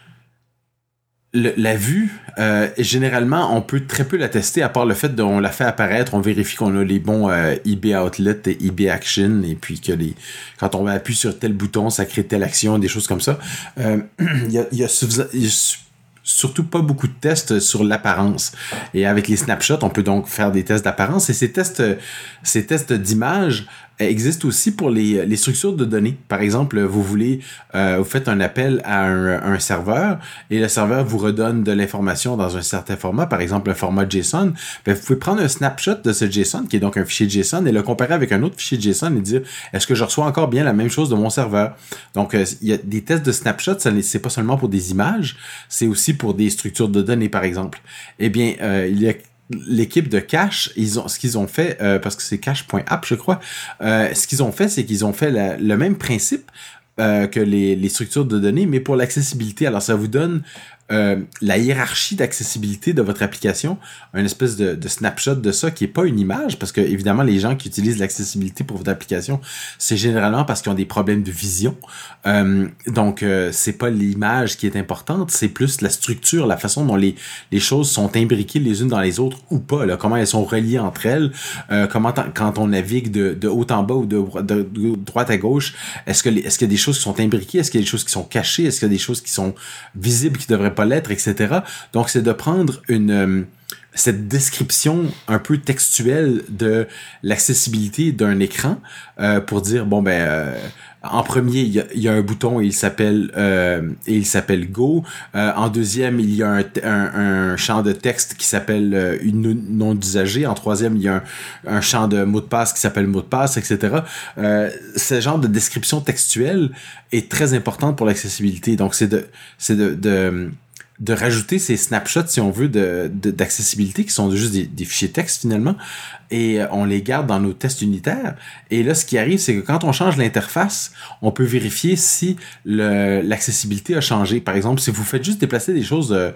le, la vue, euh, généralement, on peut très peu la tester, à part le fait qu'on la fait apparaître, on vérifie qu'on a les bons euh, E B Outlet et E B Action, et puis que les, quand on appuie sur tel bouton, ça crée telle action, des choses comme ça. Euh, il y a, il y a, il y a surtout pas beaucoup de tests sur l'apparence. Et avec les snapshots, on peut donc faire des tests d'apparence. Et ces tests, ces tests d'image existent aussi pour les, les structures de données. Par exemple, vous voulez, euh, vous faites un appel à un, un serveur et le serveur vous redonne de l'information dans un certain format, par exemple un format JSON. Ben, vous pouvez prendre un snapshot de ce JSON, qui est donc un fichier JSON, et le comparer avec un autre fichier JSON et dire, est-ce que je reçois encore bien la même chose de mon serveur? Donc, euh, il y a des tests de snapshot, ça, c'est pas seulement pour des images, c'est aussi pour des structures de données, par exemple. Eh bien, euh, il y a l'équipe de Cache, ils ont, ce qu'ils ont fait, euh, parce que c'est cache point app, je crois, euh, ce qu'ils ont fait, c'est qu'ils ont fait la, le même principe euh, que les, les structures de données, mais pour l'accessibilité. Alors, ça vous donne euh, la hiérarchie d'accessibilité de votre application, une espèce de, de snapshot de ça qui est pas une image, parce que évidemment les gens qui utilisent l'accessibilité pour votre application, c'est généralement parce qu'ils ont des problèmes de vision. Euh, donc euh, c'est pas l'image qui est importante, c'est plus la structure, la façon dont les les choses sont imbriquées les unes dans les autres ou pas, là, comment elles sont reliées entre elles, euh, comment t- quand on navigue de, de haut en bas ou de, de, de droite à gauche, est-ce que les, est-ce qu'il y a des choses qui sont imbriquées, est-ce qu'il y a des choses qui sont cachées, est-ce qu'il y a des choses qui sont visibles qui devraient pas l'être, et cetera. Donc, c'est de prendre une euh, cette description un peu textuelle de l'accessibilité d'un écran euh, pour dire, bon, ben, euh, en premier, il y a, il y a un bouton et il s'appelle euh, et il s'appelle Go. Euh, en deuxième, il y a un, un, un champ de texte qui s'appelle euh, une nom d'usager. En troisième, il y a un, un champ de mot de passe qui s'appelle mot de passe, et cetera. Euh, ce genre de description textuelle est très importante pour l'accessibilité. Donc, c'est de c'est de, de de rajouter ces snapshots, si on veut, de, de d'accessibilité, qui sont juste des, des fichiers texte finalement, et on les garde dans nos tests unitaires. Et là, ce qui arrive, c'est que quand on change l'interface, on peut vérifier si le, l'accessibilité a changé. Par exemple, si vous faites juste déplacer des choses euh,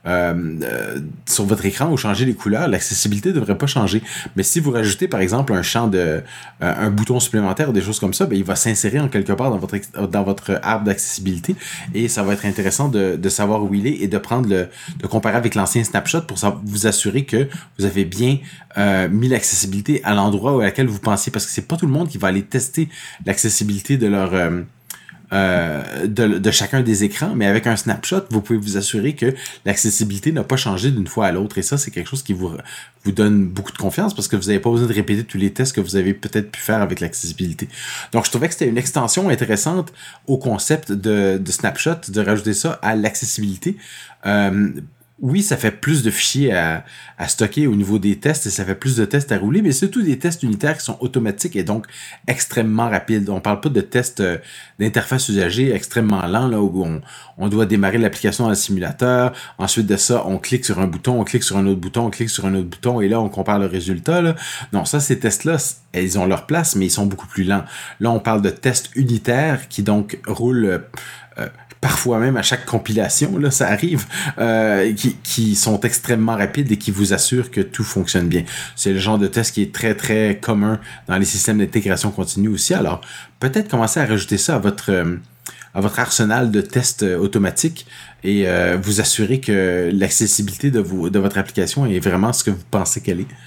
euh, sur votre écran ou changer les couleurs, l'accessibilité ne devrait pas changer. Mais si vous rajoutez, par exemple, un champ de euh, un bouton supplémentaire ou des choses comme ça, ben, il va s'insérer en quelque part dans votre dans votre arbre d'accessibilité, et ça va être intéressant de, de savoir où il est et de prendre le de comparer avec l'ancien snapshot pour ça, vous assurer que vous avez bien euh, mis l'accessibilité à l'endroit où à laquelle vous pensiez, parce que c'est pas tout le monde qui va aller tester l'accessibilité de leur euh, euh, de, de chacun des écrans, mais avec un snapshot, vous pouvez vous assurer que l'accessibilité n'a pas changé d'une fois à l'autre, et ça, c'est quelque chose qui vous vous donne beaucoup de confiance, parce que vous n'avez pas besoin de répéter tous les tests que vous avez peut-être pu faire avec l'accessibilité. Donc, je trouvais que c'était une extension intéressante au concept de, de snapshot, de rajouter ça à l'accessibilité. Euh, Oui, ça fait plus de fichiers à, à stocker au niveau des tests et ça fait plus de tests à rouler, mais c'est surtout des tests unitaires qui sont automatiques et donc extrêmement rapides. On parle pas de tests euh, d'interface usager extrêmement lents, là, où on, on doit démarrer l'application dans le simulateur. Ensuite de ça, on clique sur un bouton, on clique sur un autre bouton, on clique sur un autre bouton et là, on compare le résultat, là. Non, ça, ces tests-là, ils ont leur place, mais ils sont beaucoup plus lents. Là, on parle de tests unitaires qui donc roulent euh, euh, parfois même à chaque compilation, là, ça arrive, euh, qui, qui sont extrêmement rapides et qui vous assurent que tout fonctionne bien. C'est le genre de test qui est très, très commun dans les systèmes d'intégration continue aussi. Alors, peut-être commencer à rajouter ça à votre, euh, à votre arsenal de tests euh, automatiques et euh, vous assurer que l'accessibilité de, vos, de votre application est vraiment ce que vous pensez qu'elle est.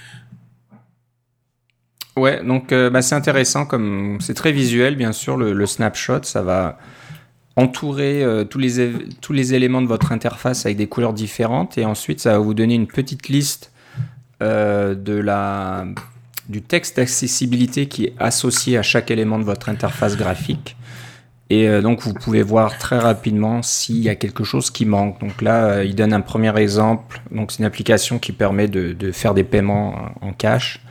Ouais, donc euh, bah, c'est intéressant, comme c'est très visuel, bien sûr, le, le snapshot, ça va entourer euh, tous, les é- tous les éléments de votre interface avec des couleurs différentes, et ensuite ça va vous donner une petite liste euh, de la, du texte d'accessibilité qui est associé à chaque élément de votre interface graphique. Et euh, donc, vous pouvez voir très rapidement s'il y a quelque chose qui manque. Donc là, euh, il donne un premier exemple. Donc, c'est une application qui permet de, de faire des paiements en cash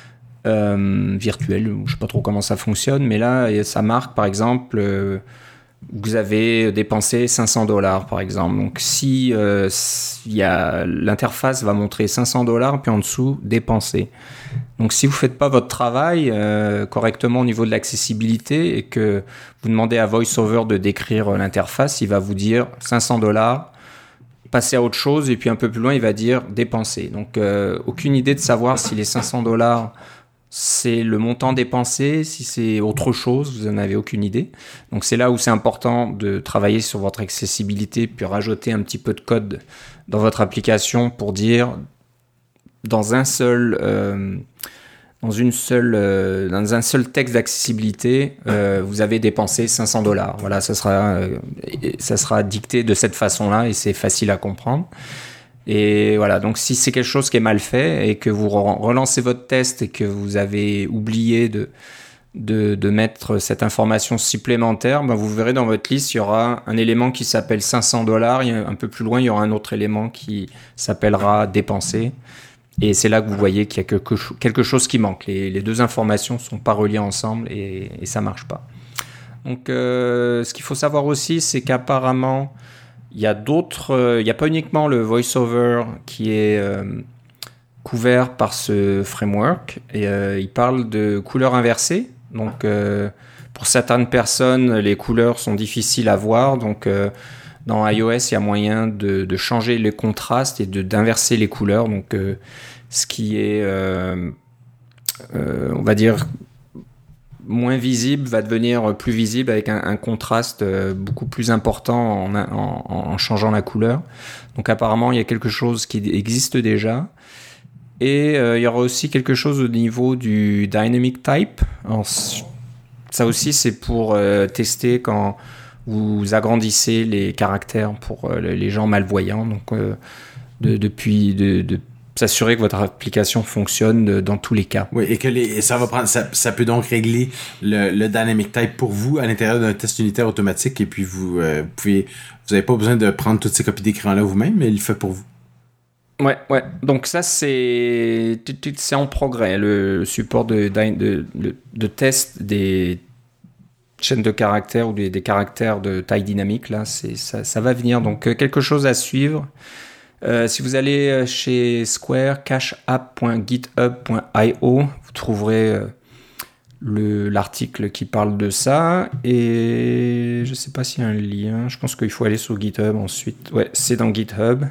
euh, virtuel. Je ne sais pas trop comment ça fonctionne, mais là, ça marque, par exemple, euh, vous avez dépensé cinq cents dollars, par exemple. Donc, si euh, y a, l'interface va montrer cinq cents dollars, puis en dessous, dépensé. Donc, si vous ne faites pas votre travail euh, correctement au niveau de l'accessibilité et que vous demandez à VoiceOver de décrire l'interface, il va vous dire cinq cents dollars, passez à autre chose, et puis un peu plus loin, il va dire dépenser. Donc, euh, aucune idée de savoir si les cinq cents dollars, c'est le montant dépensé, si c'est autre chose, vous n'en avez aucune idée. Donc, c'est là où c'est important de travailler sur votre accessibilité, puis rajouter un petit peu de code dans votre application pour dire dans un seul... Euh, Dans, une seule, euh, dans un seul texte d'accessibilité, euh, vous avez dépensé cinq cents dollars. Voilà, ça sera, euh, ça sera dicté de cette façon-là et c'est facile à comprendre. Et voilà, donc si c'est quelque chose qui est mal fait et que vous relancez votre test et que vous avez oublié de, de, de mettre cette information supplémentaire, ben vous verrez dans votre liste, il y aura un élément qui s'appelle cinq cents dollars. Un peu plus loin, il y aura un autre élément qui s'appellera dépenser. Et c'est là que vous voyez qu'il y a quelque, cho- quelque chose qui manque. Les, les deux informations ne sont pas reliées ensemble et, et ça ne marche pas. Donc, euh, ce qu'il faut savoir aussi, c'est qu'apparemment, il y a d'autres... Euh, il n'y a pas uniquement le VoiceOver qui est euh, couvert par ce framework. Et, euh, il parle de couleurs inversées. Donc, euh, pour certaines personnes, les couleurs sont difficiles à voir. Donc... Euh, Dans iOS, il y a moyen de, de changer les contrastes et de, d'inverser les couleurs. Donc, euh, ce qui est, euh, euh, on va dire, moins visible va devenir plus visible avec un, un contraste euh, beaucoup plus important en, en, en changeant la couleur. Donc, apparemment, il y a quelque chose qui existe déjà. Et euh, il y aura aussi quelque chose au niveau du Dynamic Type. Alors, ça aussi, c'est pour euh, tester quand... vous agrandissez les caractères pour euh, les gens malvoyants, donc euh, de, depuis de, de s'assurer que votre application fonctionne de, dans tous les cas. Oui, et que les, et ça va prendre, ça, ça peut donc régler le, le dynamic type pour vous à l'intérieur d'un test unitaire automatique, et puis vous, euh, vous pouvez, vous n'avez pas besoin de prendre toutes ces copies d'écran là vous-même, mais il le fait pour vous. Ouais, ouais. Donc ça, c'est, c'est en progrès, le support de, de, de, de test des chaînes de caractères ou des, des caractères de taille dynamique, là, c'est, ça, ça va venir. Donc, euh, quelque chose à suivre. Euh, si vous allez chez Square, cacheapp point github point io, vous trouverez euh, le, l'article qui parle de ça. Et je ne sais pas s'il y a un lien. Je pense qu'il faut aller sur GitHub ensuite. Ouais, c'est dans GitHub.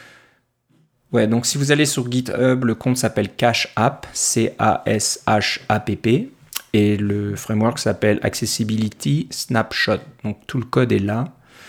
Ouais, donc si vous allez sur GitHub, le compte s'appelle Cacheapp, C A S H A P P. Et le framework s'appelle Accessibility Snapshot. Donc tout le code est là.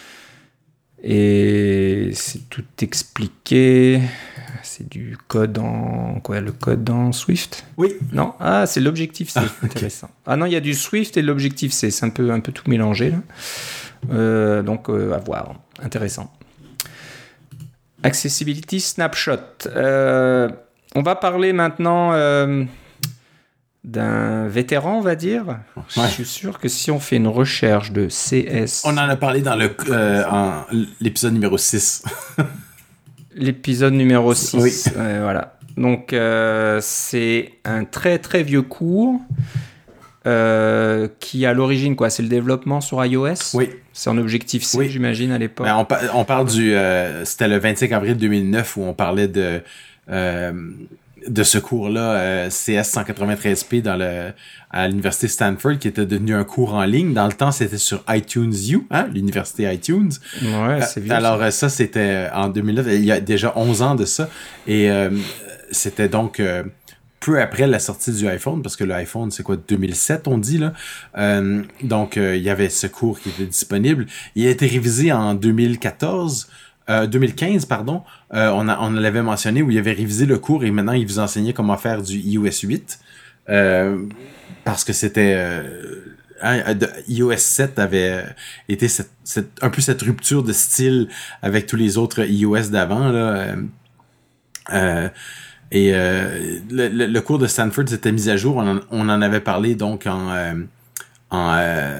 Et c'est tout expliqué. C'est du code en... Quoi, le code en Swift ? Oui. Non ? Ah, c'est l'Objective-C. Ah, okay. Intéressant. Ah non, il y a du Swift et de l'Objective-C. C'est un peu, un peu tout mélangé, là. Euh, donc, euh, à voir. Intéressant. Accessibility Snapshot. Euh, on va parler maintenant... Euh, d'un vétéran, on va dire. Ouais. Je suis sûr que si on fait une recherche de C S... On en a parlé dans le, euh, en, l'épisode numéro six. L'épisode numéro six, oui. euh, voilà. Donc, euh, c'est un très, très vieux cours euh, qui, à l'origine, quoi, c'est le développement sur iOS. Oui. C'est en Objective-C, oui. J'imagine, à l'époque. Ben, on, pa- on parle du... Euh, c'était le vingt-cinq avril deux mille neuf où on parlait de... Euh, de ce cours-là, euh, C S cent quatre-vingt-treize p dans le, à l'université Stanford, qui était devenu un cours en ligne. Dans le temps, c'était sur iTunes U, hein, l'université iTunes. Ouais, c'est vieux. Alors, ça, ça c'était en deux mille neuf, il y a déjà onze ans de ça. Et euh, c'était donc euh, peu après la sortie du iPhone, parce que l'iPhone, c'est quoi, deux mille sept, on dit, là. Euh, donc, euh, il y avait ce cours qui était disponible. Il a été révisé en deux mille quatorze. Euh, deux mille quinze, pardon, euh, on, a, on l'avait mentionné, où il avait révisé le cours et maintenant il vous enseignait comment faire du i O S huit, euh, parce que c'était... Euh, hein, i O S sept avait été cette, cette, un peu cette rupture de style avec tous les autres iOS d'avant, là. Euh, euh, et euh, le, le, le cours de Stanford s'était mis à jour, on en, on en avait parlé donc en... Euh, en euh,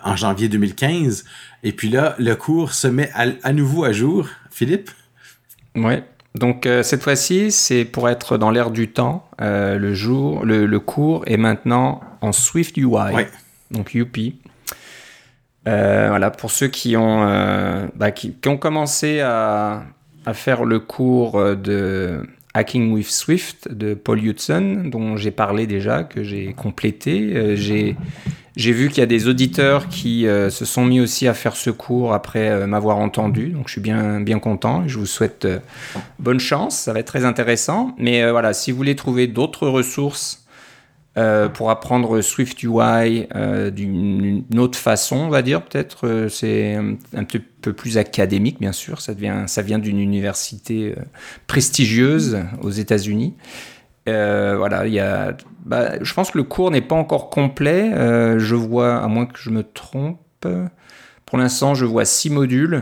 en janvier deux mille quinze. Et puis là, le cours se met à, à nouveau à jour. Philippe? Ouais. Donc euh, cette fois-ci, c'est pour être dans l'air du temps. Euh, le jour, le, le cours est maintenant en Swift U I, ouais. donc U P. Euh, voilà, pour ceux qui ont, euh, bah, qui, qui ont commencé à, à faire le cours de Hacking with Swift de Paul Hudson, dont j'ai parlé déjà, que j'ai complété. Euh, j'ai J'ai vu qu'il y a des auditeurs qui euh, se sont mis aussi à faire ce cours après euh, m'avoir entendu. Donc, je suis bien, bien content. Je vous souhaite euh, bonne chance. Ça va être très intéressant. Mais euh, voilà, si vous voulez trouver d'autres ressources euh, pour apprendre Swift U I euh, d'une autre façon, on va dire, peut-être, euh, c'est un, un petit peu plus académique, bien sûr. Ça, devient, ça vient d'une université euh, prestigieuse aux États-Unis. Euh, voilà, il y a, bah, je pense que le cours n'est pas encore complet. Euh, je vois, à moins que je me trompe, pour l'instant, je vois six modules,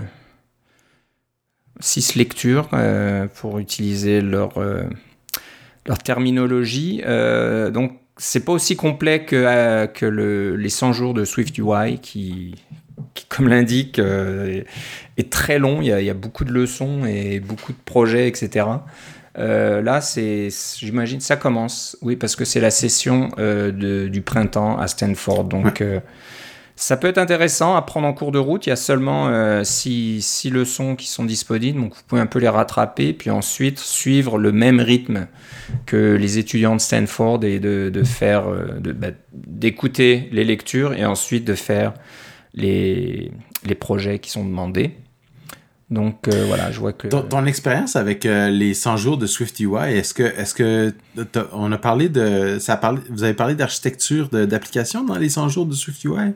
six lectures euh, pour utiliser leur euh, leur terminologie. Euh, donc, c'est pas aussi complet que euh, que le, les cent jours de Swift U I qui, qui comme l'indique, euh, est, est très long. Il y a, il y a beaucoup de leçons et beaucoup de projets, et cetera. Euh, là, c'est, j'imagine, ça commence, oui, parce que c'est la session euh, de, du printemps à Stanford. Donc, euh, ça peut être intéressant à prendre en cours de route. Il y a seulement euh, six, six leçons qui sont disponibles, donc vous pouvez un peu les rattraper, puis ensuite suivre le même rythme que les étudiants de Stanford et de, de faire, de, bah, d'écouter les lectures et ensuite de faire les, les projets qui sont demandés. Donc euh, voilà, je vois que... Ton, ton expérience avec euh, les cent jours de Swift U I, est-ce que, est-ce que on a parlé de... Ça a parlé, vous avez parlé d'architecture de, d'application dans les cent jours de Swift U I?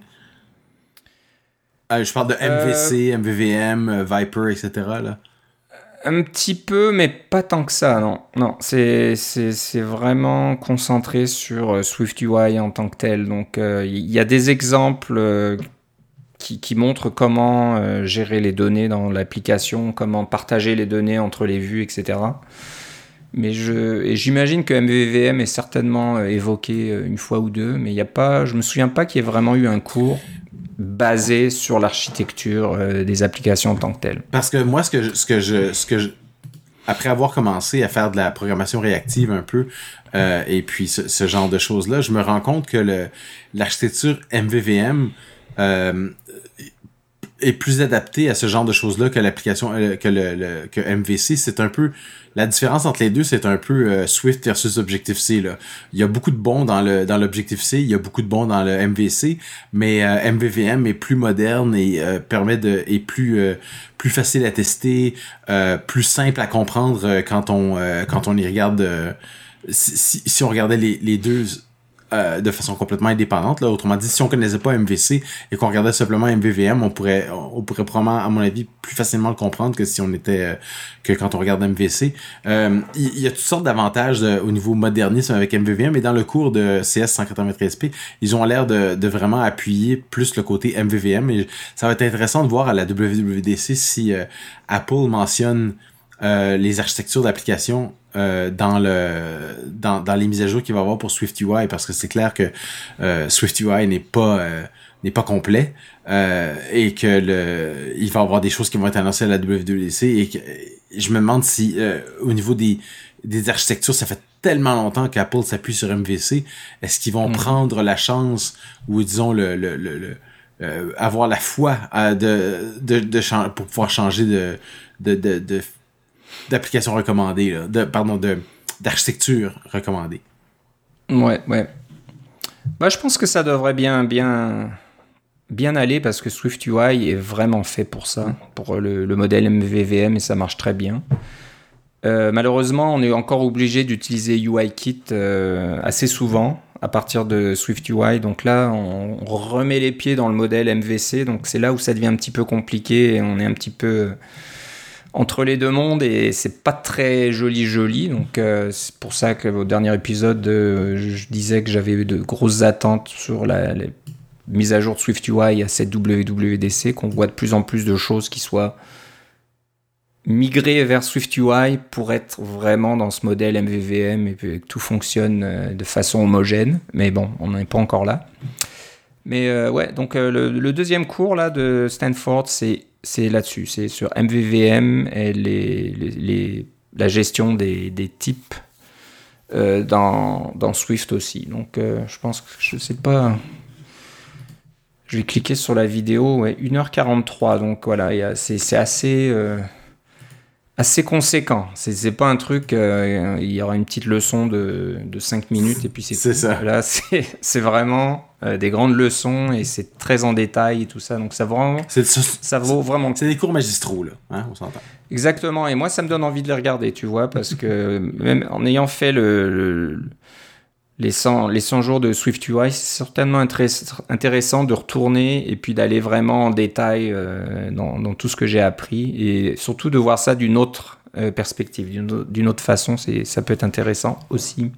Euh, je parle de M V C, euh, M V V M, Viper, et cetera. Là. Un petit peu, mais pas tant que ça, non. Non, c'est, c'est, c'est vraiment concentré sur Swift U I en tant que tel. Donc, il euh, y a des exemples... Euh, Qui, qui montre comment euh, gérer les données dans l'application, comment partager les données entre les vues, et cetera. Mais je, et j'imagine que M V V M est certainement euh, évoqué euh, une fois ou deux, mais il y a pas, je me souviens pas qu'il y ait vraiment eu un cours basé sur l'architecture euh, des applications en tant que telles. Parce que moi, ce que je, ce que je, ce que je, après avoir commencé à faire de la programmation réactive un peu, euh, et puis ce, ce genre de choses-là, je me rends compte que le, l'architecture M V V M euh, est plus adapté à ce genre de choses-là que l'application euh, que le, le que M V C. C'est un peu la différence entre les deux, c'est un peu euh, Swift versus Objective-C là. Il y a beaucoup de bons dans le dans l'Objective-C, il y a beaucoup de bons dans le M V C, mais euh, M V V M est plus moderne et euh, permet de est plus euh, plus facile à tester, euh, plus simple à comprendre euh, quand on euh, quand on y regarde euh, si si on regardait les les deux Euh, de façon complètement indépendante. Là. Autrement dit, si on connaissait pas M V C et qu'on regardait simplement M V V M, on pourrait on pourrait probablement, à mon avis, plus facilement le comprendre que si on était euh, que quand on regarde M V C. Euh, il y a toutes sortes d'avantages de, au niveau modernisme avec M V V M, mais dans le cours de C S cent quatre-vingt-treize p, ils ont l'air de, de vraiment appuyer plus le côté M V V M. Et ça va être intéressant de voir à la W W D C si euh, Apple mentionne euh, les architectures d'application Euh, dans le dans, dans les mises à jour qu'il va y avoir pour Swift U I, parce que c'est clair que euh, Swift U I n'est pas euh, n'est pas complet euh, et que le il va y avoir des choses qui vont être annoncées à la W W D C et que je me demande si euh, au niveau des des architectures, ça fait tellement longtemps qu'Apple s'appuie sur M V C, est-ce qu'ils vont mmh. prendre la chance ou disons le le le, le euh, avoir la foi euh, de de de cha- pour pouvoir changer de de de, de d'application recommandée, là, de, pardon, de, d'architecture recommandée. Ouais, ouais. Bah, je pense que ça devrait bien, bien, bien aller parce que Swift U I est vraiment fait pour ça, pour le, le modèle M V V M et ça marche très bien. Euh, malheureusement, on est encore obligé d'utiliser U I Kit euh, assez souvent à partir de Swift U I. Donc là, on, on remet les pieds dans le modèle M V C. Donc c'est là où ça devient un petit peu compliqué et on est un petit peu entre les deux mondes et c'est pas très joli joli. Donc euh, c'est pour ça qu'au dernier épisode, euh, je disais que j'avais eu de grosses attentes sur la, la mise à jour de Swift U I à cette W W D C, qu'on voit de plus en plus de choses qui soient migrées vers Swift U I pour être vraiment dans ce modèle M V V M et que tout fonctionne de façon homogène. Mais bon, on n'en est pas encore là. Mais euh, ouais, donc euh, le, le deuxième cours là de Stanford, c'est c'est là-dessus, c'est sur M V V M et les, les, les la gestion des, des types euh, dans dans Swift aussi. Donc euh, je pense que je sais pas. Je vais cliquer sur la vidéo, ouais, une heure quarante-trois. Donc voilà, y a, c'est c'est assez euh, assez conséquent. C'est, c'est pas un truc, euh, il y aura une petite leçon de, de cinq minutes et puis c'est, c'est tout. ça. Là, c'est, c'est vraiment euh, des grandes leçons et c'est très en détail et tout ça. Donc ça, vraiment, c'est, ça vaut vraiment... C'est des cours magistraux, là. Hein, on s'entend. Exactement. Et moi, ça me donne envie de les regarder, tu vois, parce que même en ayant fait le... le Les cent, les cent jours de SwiftUI, c'est certainement intéressant de retourner et puis d'aller vraiment en détail euh, dans, dans tout ce que j'ai appris et surtout de voir ça d'une autre euh, perspective, d'une, d'une autre façon, c'est, ça peut être intéressant aussi.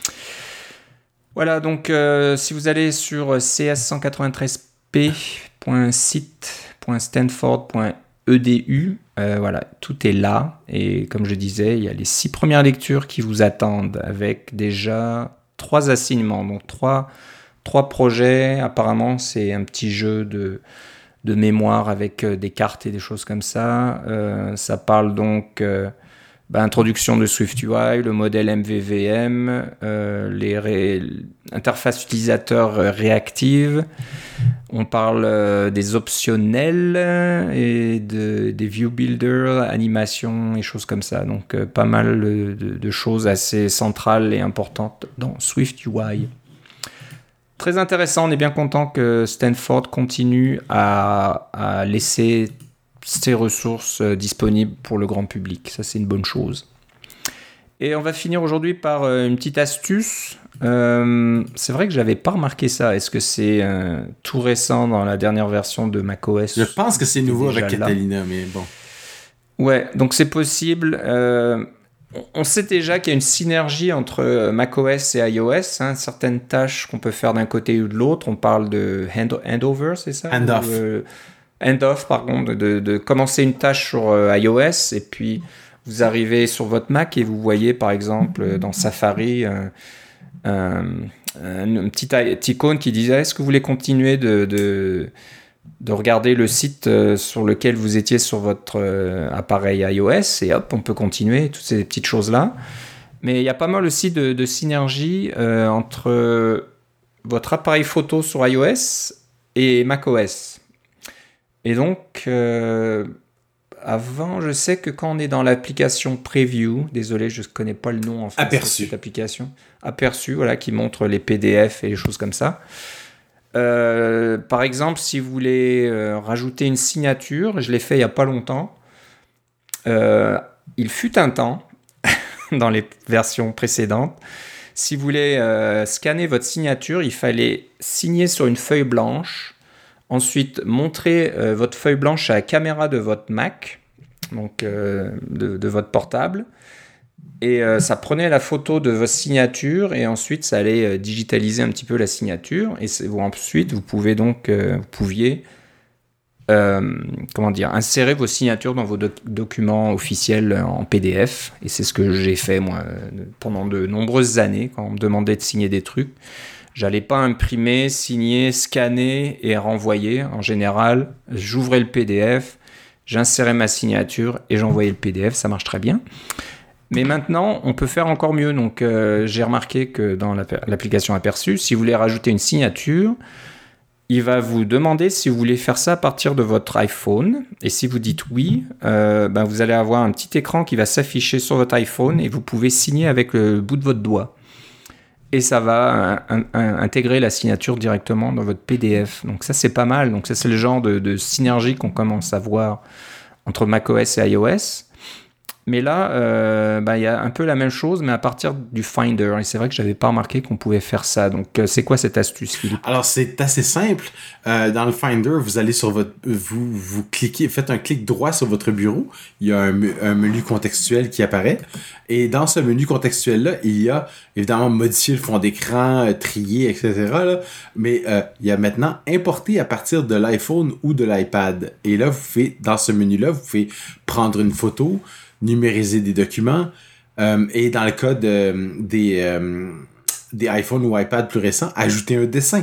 Voilà, donc euh, si vous allez sur c s cent quatre-vingt-treize p point site point stanford point e d u, euh, voilà, tout est là et comme je disais, il y a les six premières lectures qui vous attendent avec déjà trois assignements, donc trois, trois projets. Apparemment, c'est un petit jeu de, de mémoire avec euh, des cartes et des choses comme ça. Euh, ça parle donc euh, bah, introduction de SwiftUI, le modèle M V V M, euh, les ré... interfaces utilisateurs réactives. On parle euh, des optionnels et de, des view builders, animations et choses comme ça. Donc euh, pas mal de, de choses assez centrales et importantes dans SwiftUI. Très intéressant, on est bien content que Stanford continue à, à laisser ses ressources disponibles pour le grand public. Ça, c'est une bonne chose. Et on va finir aujourd'hui par une petite astuce. Euh, c'est vrai que j'avais pas remarqué ça. Est-ce que c'est euh, tout récent dans la dernière version de macOS? Je pense que c'est nouveau avec Catalina, mais bon. Ouais, donc c'est possible. Euh, on sait déjà qu'il y a une synergie entre macOS et iOS. Hein, certaines tâches qu'on peut faire d'un côté ou de l'autre. On parle de hand- handover, c'est ça? Handoff. Ou, euh, handoff, pardon, de, de, de commencer une tâche sur euh, iOS et puis vous arrivez sur votre Mac et vous voyez par exemple dans Safari un, un, un, un petit icône qui disait est-ce que vous voulez continuer de, de, de regarder le site sur lequel vous étiez sur votre appareil iOS, et hop, on peut continuer, toutes ces petites choses-là. Mais il y a pas mal aussi de, de synergie euh, entre votre appareil photo sur iOS et macOS. Et donc... Euh, Avant, je sais que quand on est dans l'application Preview, désolé, je ne connais pas le nom en fait. Aperçu. Cette application. Aperçu, voilà, qui montre les P D F et les choses comme ça. Euh, par exemple, si vous voulez euh, rajouter une signature, je l'ai fait il n'y a pas longtemps. Euh, il fut un temps, dans les versions précédentes, si vous voulez euh, scanner votre signature, il fallait signer sur une feuille blanche. Ensuite, montrez euh, votre feuille blanche à la caméra de votre Mac, donc euh, de, de votre portable. Et euh, ça prenait la photo de votre signature et ensuite, ça allait euh, digitaliser un petit peu la signature. Et c'est, vous, ensuite, vous pouvez donc, euh, vous pouviez euh, comment dire, insérer vos signatures dans vos doc- documents officiels en P D F. Et c'est ce que j'ai fait, moi, pendant de nombreuses années, quand on me demandait de signer des trucs. J'allais pas imprimer, signer, scanner et renvoyer. En général, j'ouvrais le P D F, j'insérais ma signature et j'envoyais le P D F. Ça marche très bien. Mais maintenant, on peut faire encore mieux. Donc, euh, j'ai remarqué que dans l'application Aperçu, si vous voulez rajouter une signature, il va vous demander si vous voulez faire ça à partir de votre iPhone. Et si vous dites oui, euh, ben vous allez avoir un petit écran qui va s'afficher sur votre iPhone et vous pouvez signer avec le bout de votre doigt. Et ça va un, un, intégrer la signature directement dans votre P D F. Donc ça, c'est pas mal. Donc ça, c'est le genre de, de synergie qu'on commence à voir entre macOS et iOS. Mais là, euh, bah, y a un peu la même chose, mais à partir du Finder. Et c'est vrai que je n'avais pas remarqué qu'on pouvait faire ça. Donc, euh, c'est quoi cette astuce, Philippe? Alors, c'est assez simple. Euh, dans le Finder, vous allez sur votre... Vous, vous cliquez, faites un clic droit sur votre bureau. Il y a un, un menu contextuel qui apparaît. Et dans ce menu contextuel-là, il y a évidemment modifier le fond d'écran, euh, trier, et cetera. Là. Mais euh, il y a maintenant importer à partir de l'iPhone ou de l'iPad. Et là, vous pouvez, dans ce menu-là, vous pouvez prendre une photo, numériser des documents, euh, et dans le cas de, des, euh, des iPhones ou iPad plus récents, ajouter un dessin.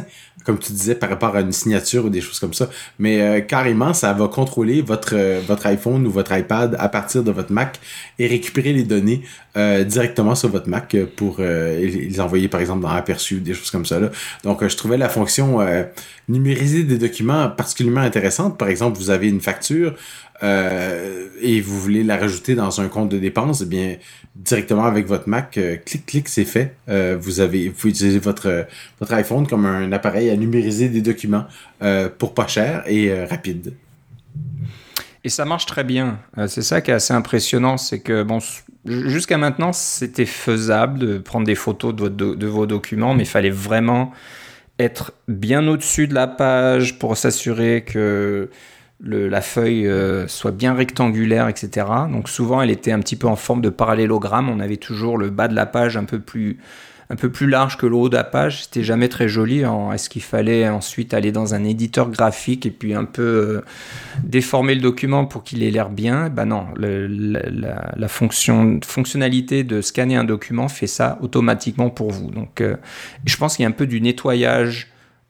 comme tu disais, par rapport à une signature ou des choses comme ça. Mais euh, carrément, ça va contrôler votre euh, votre iPhone ou votre iPad à partir de votre Mac et récupérer les données euh, directement sur votre Mac pour euh, les envoyer, par exemple, dans Aperçu, des choses comme ça. Là. Donc, euh, je trouvais la fonction euh, numériser des documents particulièrement intéressante. Par exemple, vous avez une facture euh, et vous voulez la rajouter dans un compte de dépenses, eh bien, directement avec votre Mac, euh, clic, clic, c'est fait. Euh, vous avez, vous pouvez utiliser votre, votre iPhone comme un appareil à numériser des documents euh, pour pas cher et euh, rapide. Et ça marche très bien. Euh, c'est ça qui est assez impressionnant, c'est que bon, jusqu'à maintenant, c'était faisable de prendre des photos de, votre do- de vos documents, mais il fallait vraiment être bien au-dessus de la page pour s'assurer que le, la feuille euh, soit bien rectangulaire, et cetera. Donc souvent, elle était un petit peu en forme de parallélogramme. On avait toujours le bas de la page un peu plus, un peu plus large que le haut de la page. C'était jamais très joli. En, est-ce qu'il fallait ensuite aller dans un éditeur graphique et puis un peu euh, déformer le document pour qu'il ait l'air bien? Ben non, le, la, la, la fonction, fonctionnalité de scanner un document fait ça automatiquement pour vous. Donc, euh, je pense qu'il y a un peu du nettoyage.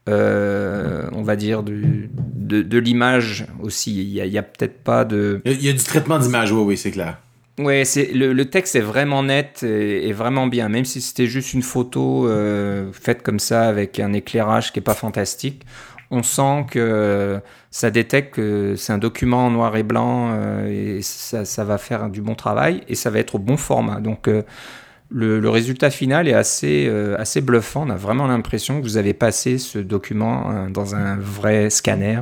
Euh, on va dire du, de, de l'image aussi. Il y a, il y a peut-être pas de. Il y a du traitement d'image, oui, oui, c'est clair. Ouais, c'est le, le texte est vraiment net et, et vraiment bien, même si c'était juste une photo euh, faite comme ça avec un éclairage qui est pas fantastique. On sent que ça détecte que c'est un document en noir et blanc euh, et ça, ça va faire du bon travail et ça va être au bon format. Donc euh, Le, le résultat final est assez, euh, assez bluffant. On a vraiment l'impression que vous avez passé ce document euh, dans un vrai scanner,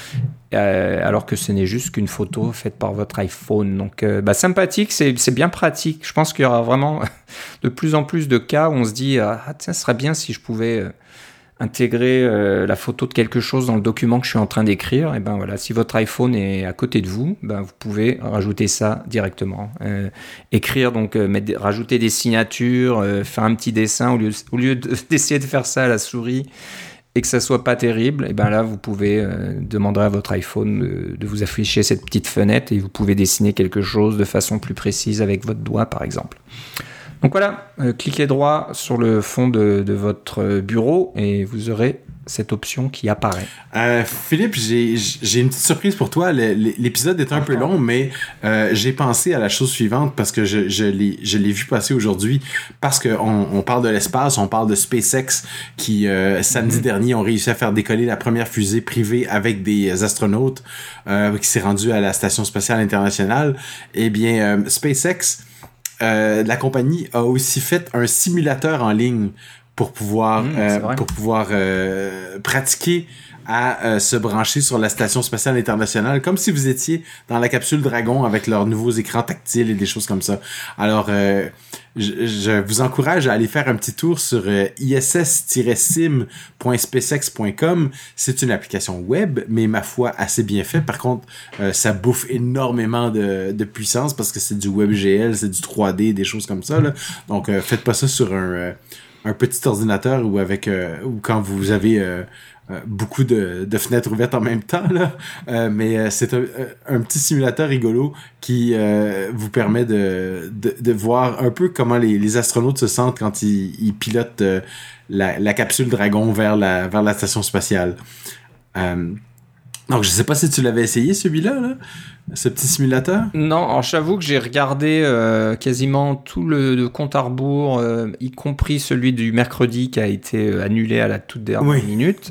euh, alors que ce n'est juste qu'une photo faite par votre iPhone. Donc, euh, bah, sympathique, c'est, c'est bien pratique. Je pense qu'il y aura vraiment de plus en plus de cas où on se dit ah, « tiens, ce serait bien si je pouvais euh, intégrer euh, la photo de quelque chose dans le document que je suis en train d'écrire. » Et ben voilà, si votre iPhone est à côté de vous, ben vous pouvez rajouter ça directement. Euh, écrire, donc euh, mettre, rajouter des signatures, euh, faire un petit dessin au lieu, au lieu de, d'essayer de faire ça à la souris et que ça soit pas terrible. Et ben là, vous pouvez euh, demander à votre iPhone de, de vous afficher cette petite fenêtre et vous pouvez dessiner quelque chose de façon plus précise avec votre doigt, par exemple. Donc voilà, euh, cliquez droit sur le fond de, de votre bureau et vous aurez cette option qui apparaît. Euh, Philippe, j'ai, j'ai une petite surprise pour toi. Le, l'épisode est un peu long, mais euh, j'ai pensé à la chose suivante parce que je, je, l'ai, je l'ai vu passer aujourd'hui. Parce qu'on on parle de l'espace, on parle de SpaceX qui, euh, samedi mm-hmm. dernier, ont réussi à faire décoller la première fusée privée avec des astronautes euh, qui s'est rendue à la Station spatiale internationale. Eh bien, euh, SpaceX... Euh, la compagnie a aussi fait un simulateur en ligne pour pouvoir, mmh, euh, pour pouvoir euh, pratiquer à euh, se brancher sur la Station spatiale internationale, comme si vous étiez dans la capsule Dragon avec leurs nouveaux écrans tactiles et des choses comme ça. Alors, euh, je, je vous encourage à aller faire un petit tour sur euh, i s s tiret sim point spacex point com. C'est une application web, mais ma foi assez bien fait. Par contre, euh, ça bouffe énormément de, de puissance parce que c'est du WebGL, c'est du trois D, des choses comme ça, là. Donc, euh, faites pas ça sur un, euh, un petit ordinateur ou avec euh, ou quand vous avez euh, Euh, beaucoup de, de fenêtres ouvertes en même temps, là. Euh, mais euh, c'est un, un petit simulateur rigolo qui euh, vous permet de, de, de voir un peu comment les, les astronautes se sentent quand ils, ils pilotent euh, la, la capsule Dragon vers la, vers la station spatiale. Euh, donc, je sais pas si tu l'avais essayé, celui-là, là, ce petit simulateur. Non, alors j'avoue que j'ai regardé euh, quasiment tout le, le compte à rebours, euh, y compris celui du mercredi qui a été euh, annulé à la toute dernière oui. minute.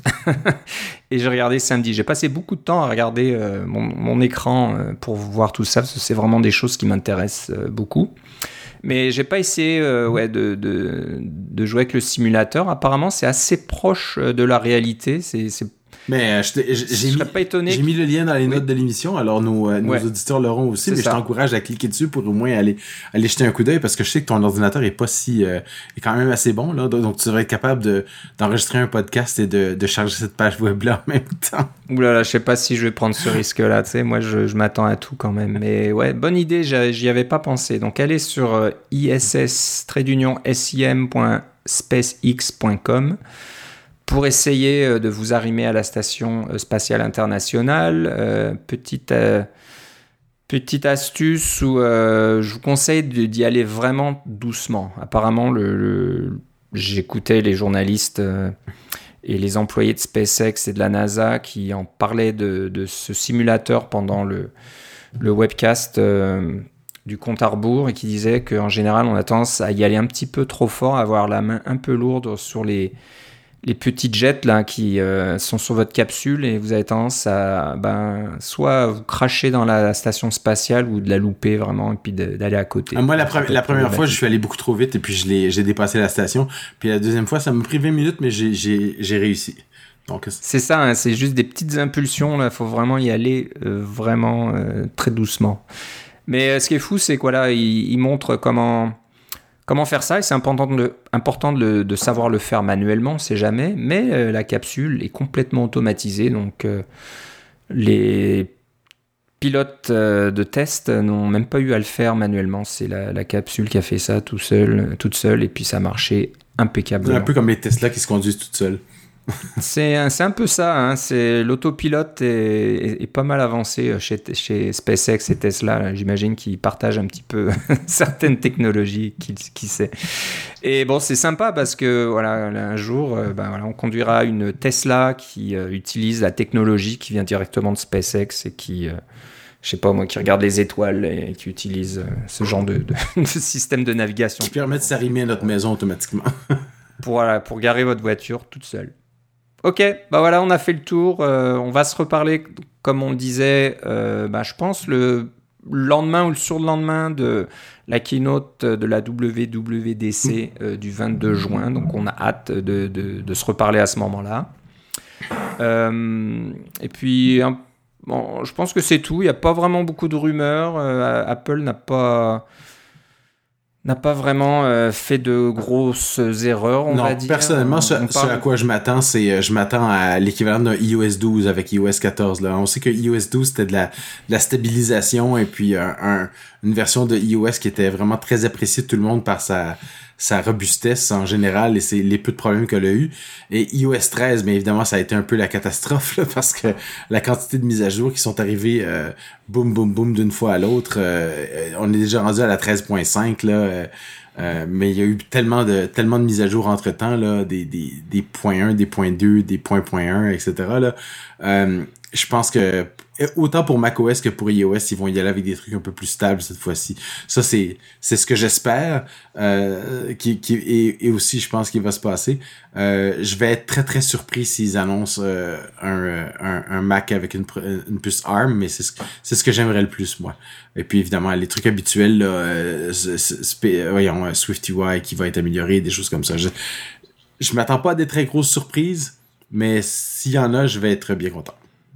Et j'ai regardé samedi. J'ai passé beaucoup de temps à regarder euh, mon, mon écran euh, pour voir tout ça, parce que c'est vraiment des choses qui m'intéressent euh, beaucoup. Mais j'ai pas essayé euh, ouais, de, de, de jouer avec le simulateur. Apparemment, c'est assez proche de la réalité. C'est, c'est Mais euh, je j'ai, j'ai, mis, pas étonné j'ai mis le lien dans les notes oui. de l'émission, alors nos, euh, nos ouais. auditeurs l'auront aussi, c'est mais ça. Je t'encourage à cliquer dessus pour au moins aller, aller jeter un coup d'œil parce que je sais que ton ordinateur est pas si euh, est quand même assez bon, là, donc tu devrais être capable de, d'enregistrer un podcast et de, de charger cette page web-là en même temps. Ouh là là, je sais pas si je vais prendre ce risque-là, tu sais, moi je, je m'attends à tout quand même, mais ouais, bonne idée, j'y avais pas pensé. Donc allez sur euh, i s s trait d'union sim point spacex point com pour essayer de vous arrimer à la Station spatiale internationale. Euh, petite, euh, petite astuce où euh, je vous conseille de, d'y aller vraiment doucement. Apparemment, le, le, j'écoutais les journalistes euh, et les employés de SpaceX et de la NASA qui en parlaient de, de ce simulateur pendant le, le webcast euh, du compte à rebours et qui disaient qu'en général, on a tendance à y aller un petit peu trop fort, à avoir la main un peu lourde sur les, les petits jets là, qui euh, sont sur votre capsule et vous avez tendance à ben, soit vous cracher dans la station spatiale ou de la louper vraiment et puis de, d'aller à côté. Ah, moi, la, pre- la première fois, je suis allé beaucoup trop vite et puis je l'ai, j'ai dépassé la station. Puis la deuxième fois, ça m'a pris vingt minutes, mais j'ai, j'ai, j'ai réussi. Donc, c'est ça, hein, c'est juste des petites impulsions. Il faut vraiment y aller euh, vraiment euh, très doucement. Mais euh, ce qui est fou, c'est quoi là, il, il montre comment, comment faire ça. Et c'est important de, le, important de, le, de savoir le faire manuellement, on ne sait jamais. Mais euh, la capsule est complètement automatisée. Donc euh, les pilotes euh, de test n'ont même pas eu à le faire manuellement. C'est la, la capsule qui a fait ça tout seul, toute seule. Et puis ça a marché impeccablement. C'est un peu comme les Tesla qui se conduisent toutes seules. c'est, c'est un peu ça, hein. C'est, l'autopilote est, est, est pas mal avancé chez, chez SpaceX et Tesla. J'imagine qu'ils partagent un petit peu certaines technologies, qui, qui sait. Et bon, c'est sympa parce que voilà, un jour, euh, ben, voilà, on conduira une Tesla qui euh, utilise la technologie qui vient directement de SpaceX et qui, euh, je sais pas moi, qui regarde les étoiles et qui utilise euh, ce genre de, de, de système de navigation. Qui permet de s'arrimer à notre maison automatiquement. pour, voilà, pour garer votre voiture toute seule. Ok, bah voilà, on a fait le tour. Euh, on va se reparler, comme on le disait, euh, bah, je pense, le lendemain ou le surlendemain de la keynote de la W W D C euh, du vingt-deux juin. Donc, on a hâte de, de, de se reparler à ce moment-là. Euh, et puis, un, bon, je pense que c'est tout. Il n'y a pas vraiment beaucoup de rumeurs. Euh, Apple n'a pas... n'a pas vraiment euh, fait de grosses erreurs, on non, va dire. Personnellement, ce, on ce parle... à quoi je m'attends, c'est je m'attends à l'équivalent d'un i O S douze avec i O S quatorze. Là. On sait que i O S douze, c'était de la, de la stabilisation et puis un, un, une version de iOS qui était vraiment très appréciée de tout le monde par sa, sa robustesse en général et c'est les peu de problèmes qu'elle a eu. Et i O S treize, bien évidemment, ça a été un peu la catastrophe là, parce que la quantité de mises à jour qui sont arrivées euh, boum, boum, boum d'une fois à l'autre, euh, on est déjà rendu à la treize point cinq là. Euh, Euh, mais il y a eu tellement de tellement de mises à jour entre temps là, des des des points un, des points deux, des points point un, et cetera là. Euh, je pense que autant pour macOS que pour iOS, ils vont y aller avec des trucs un peu plus stables cette fois-ci. Ça c'est c'est ce que j'espère. Euh, qui qui et, et aussi je pense qu'il va se passer. Euh, je vais être très très surpris s'ils annoncent euh, un, un un Mac avec une une puce ARM, mais c'est ce c'est ce que j'aimerais le plus moi. Et puis évidemment les trucs habituels là, euh, spé, voyons SwiftUI qui va être amélioré, des choses comme ça. Je je m'attends pas à des très grosses surprises, mais s'il y en a, je vais être bien content.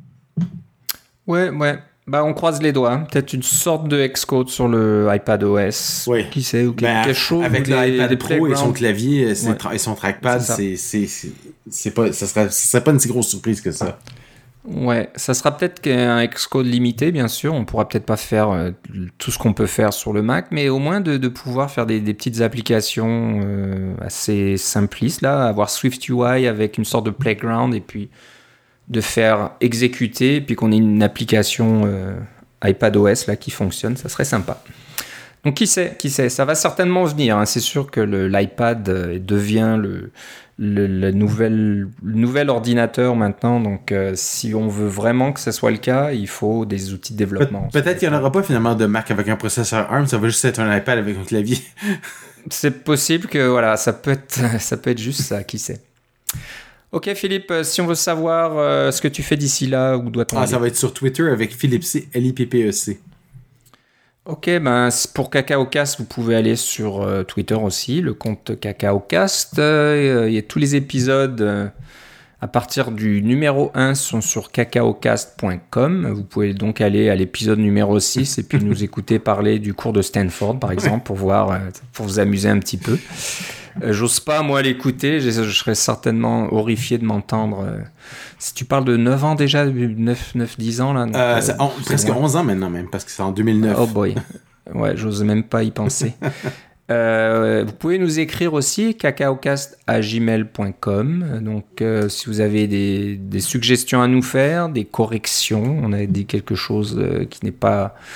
Ouais, ouais. Bah, on croise les doigts. Hein. Peut-être une sorte de Xcode sur le iPadOS. Oui. Qui sait, ou ben, quelque chose. Avec l'iPad Pro et son clavier c'est ouais. tra- et son trackpad, c'est, c'est, c'est, c'est pas, ça serait, ça serait pas une si grosse surprise que ça. Ouais, ça sera peut-être qu'un Xcode limité, bien sûr. On pourra peut-être pas faire euh, tout ce qu'on peut faire sur le Mac, mais au moins de, de pouvoir faire des, des petites applications euh, assez simplistes, là. Avoir SwiftUI avec une sorte de playground et puis de faire exécuter, puis qu'on ait une application euh, iPadOS là, qui fonctionne, ça serait sympa. Donc qui sait, qui sait, ça va certainement venir. Hein. C'est sûr que le, l'iPad euh, devient le, le, le, nouvel, le nouvel ordinateur maintenant, donc euh, si on veut vraiment que ça soit le cas, il faut des outils de développement. Pe- peut-être qu'il n'y en aura pas finalement de Mac avec un processeur ARM, ça va juste être un iPad avec un clavier. C'est possible que voilà, ça peut être, ça peut être juste ça, qui sait. Ok Philippe, si on veut savoir euh, ce que tu fais d'ici là, où doit-on Ah, aller? ça va être sur Twitter avec Philippe C, L I P P E C. Ok, ben pour CacaoCast, vous pouvez aller sur euh, Twitter aussi, le compte CacaoCast. Euh, y a tous les épisodes euh, à partir du numéro un sont sur cacaocast point com. Vous pouvez donc aller à l'épisode numéro six et puis nous écouter parler du cours de Stanford, par exemple, pour voir, euh, pour vous amuser un petit peu. Euh, j'ose pas, moi, l'écouter. Je, je serais certainement horrifié de m'entendre. Euh, si tu parles de neuf ans déjà, neuf, dix ans, là. Donc, euh, euh, c'est on, presque loin. onze ans maintenant, même, parce que c'est en deux mille neuf. Oh boy. Ouais, j'ose même pas y penser. euh, vous pouvez nous écrire aussi cacaocast à gmail point com. Donc, euh, si vous avez des, des suggestions à nous faire, des corrections, on a dit quelque chose euh, qui n'est pas...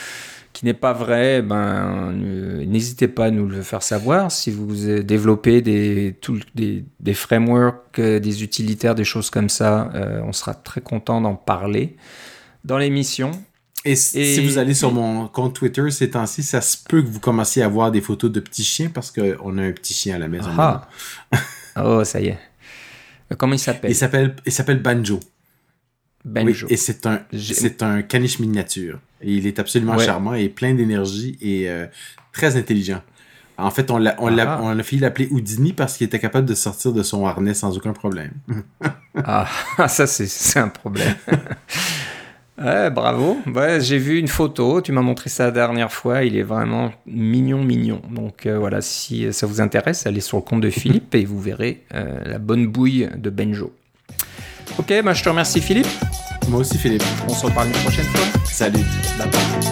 qui n'est pas vrai, ben, euh, n'hésitez pas à nous le faire savoir. Si vous développez des, tout, des, des frameworks, euh, des utilitaires, des choses comme ça, euh, on sera très content d'en parler dans l'émission. Et, et si vous allez sur mon compte Twitter ces temps-ci, ça se peut que vous commenciez à voir des photos de petits chiens parce qu'on a un petit chien à la maison. Ah. Oh, ça y est. Comment il s'appelle? Il s'appelle, il s'appelle Banjo. Banjo. Oui, et c'est un, c'est un caniche miniature. Et il est absolument ouais. charmant et plein d'énergie et euh, très intelligent. En fait, on l'a, on, ah. l'a, on a failli l'appeler Houdini parce qu'il était capable de sortir de son harnais sans aucun problème. Ah, ça, c'est, c'est un problème. Ouais, bravo. Ouais, j'ai vu une photo, tu m'as montré ça la dernière fois, il est vraiment mignon, mignon. Donc euh, voilà, si ça vous intéresse, allez sur le compte de Philippe et vous verrez euh, la bonne bouille de Banjo. Ok, bah, je te remercie Philippe. Moi aussi Philippe. On se reparle une prochaine fois. Salut. Bye bye.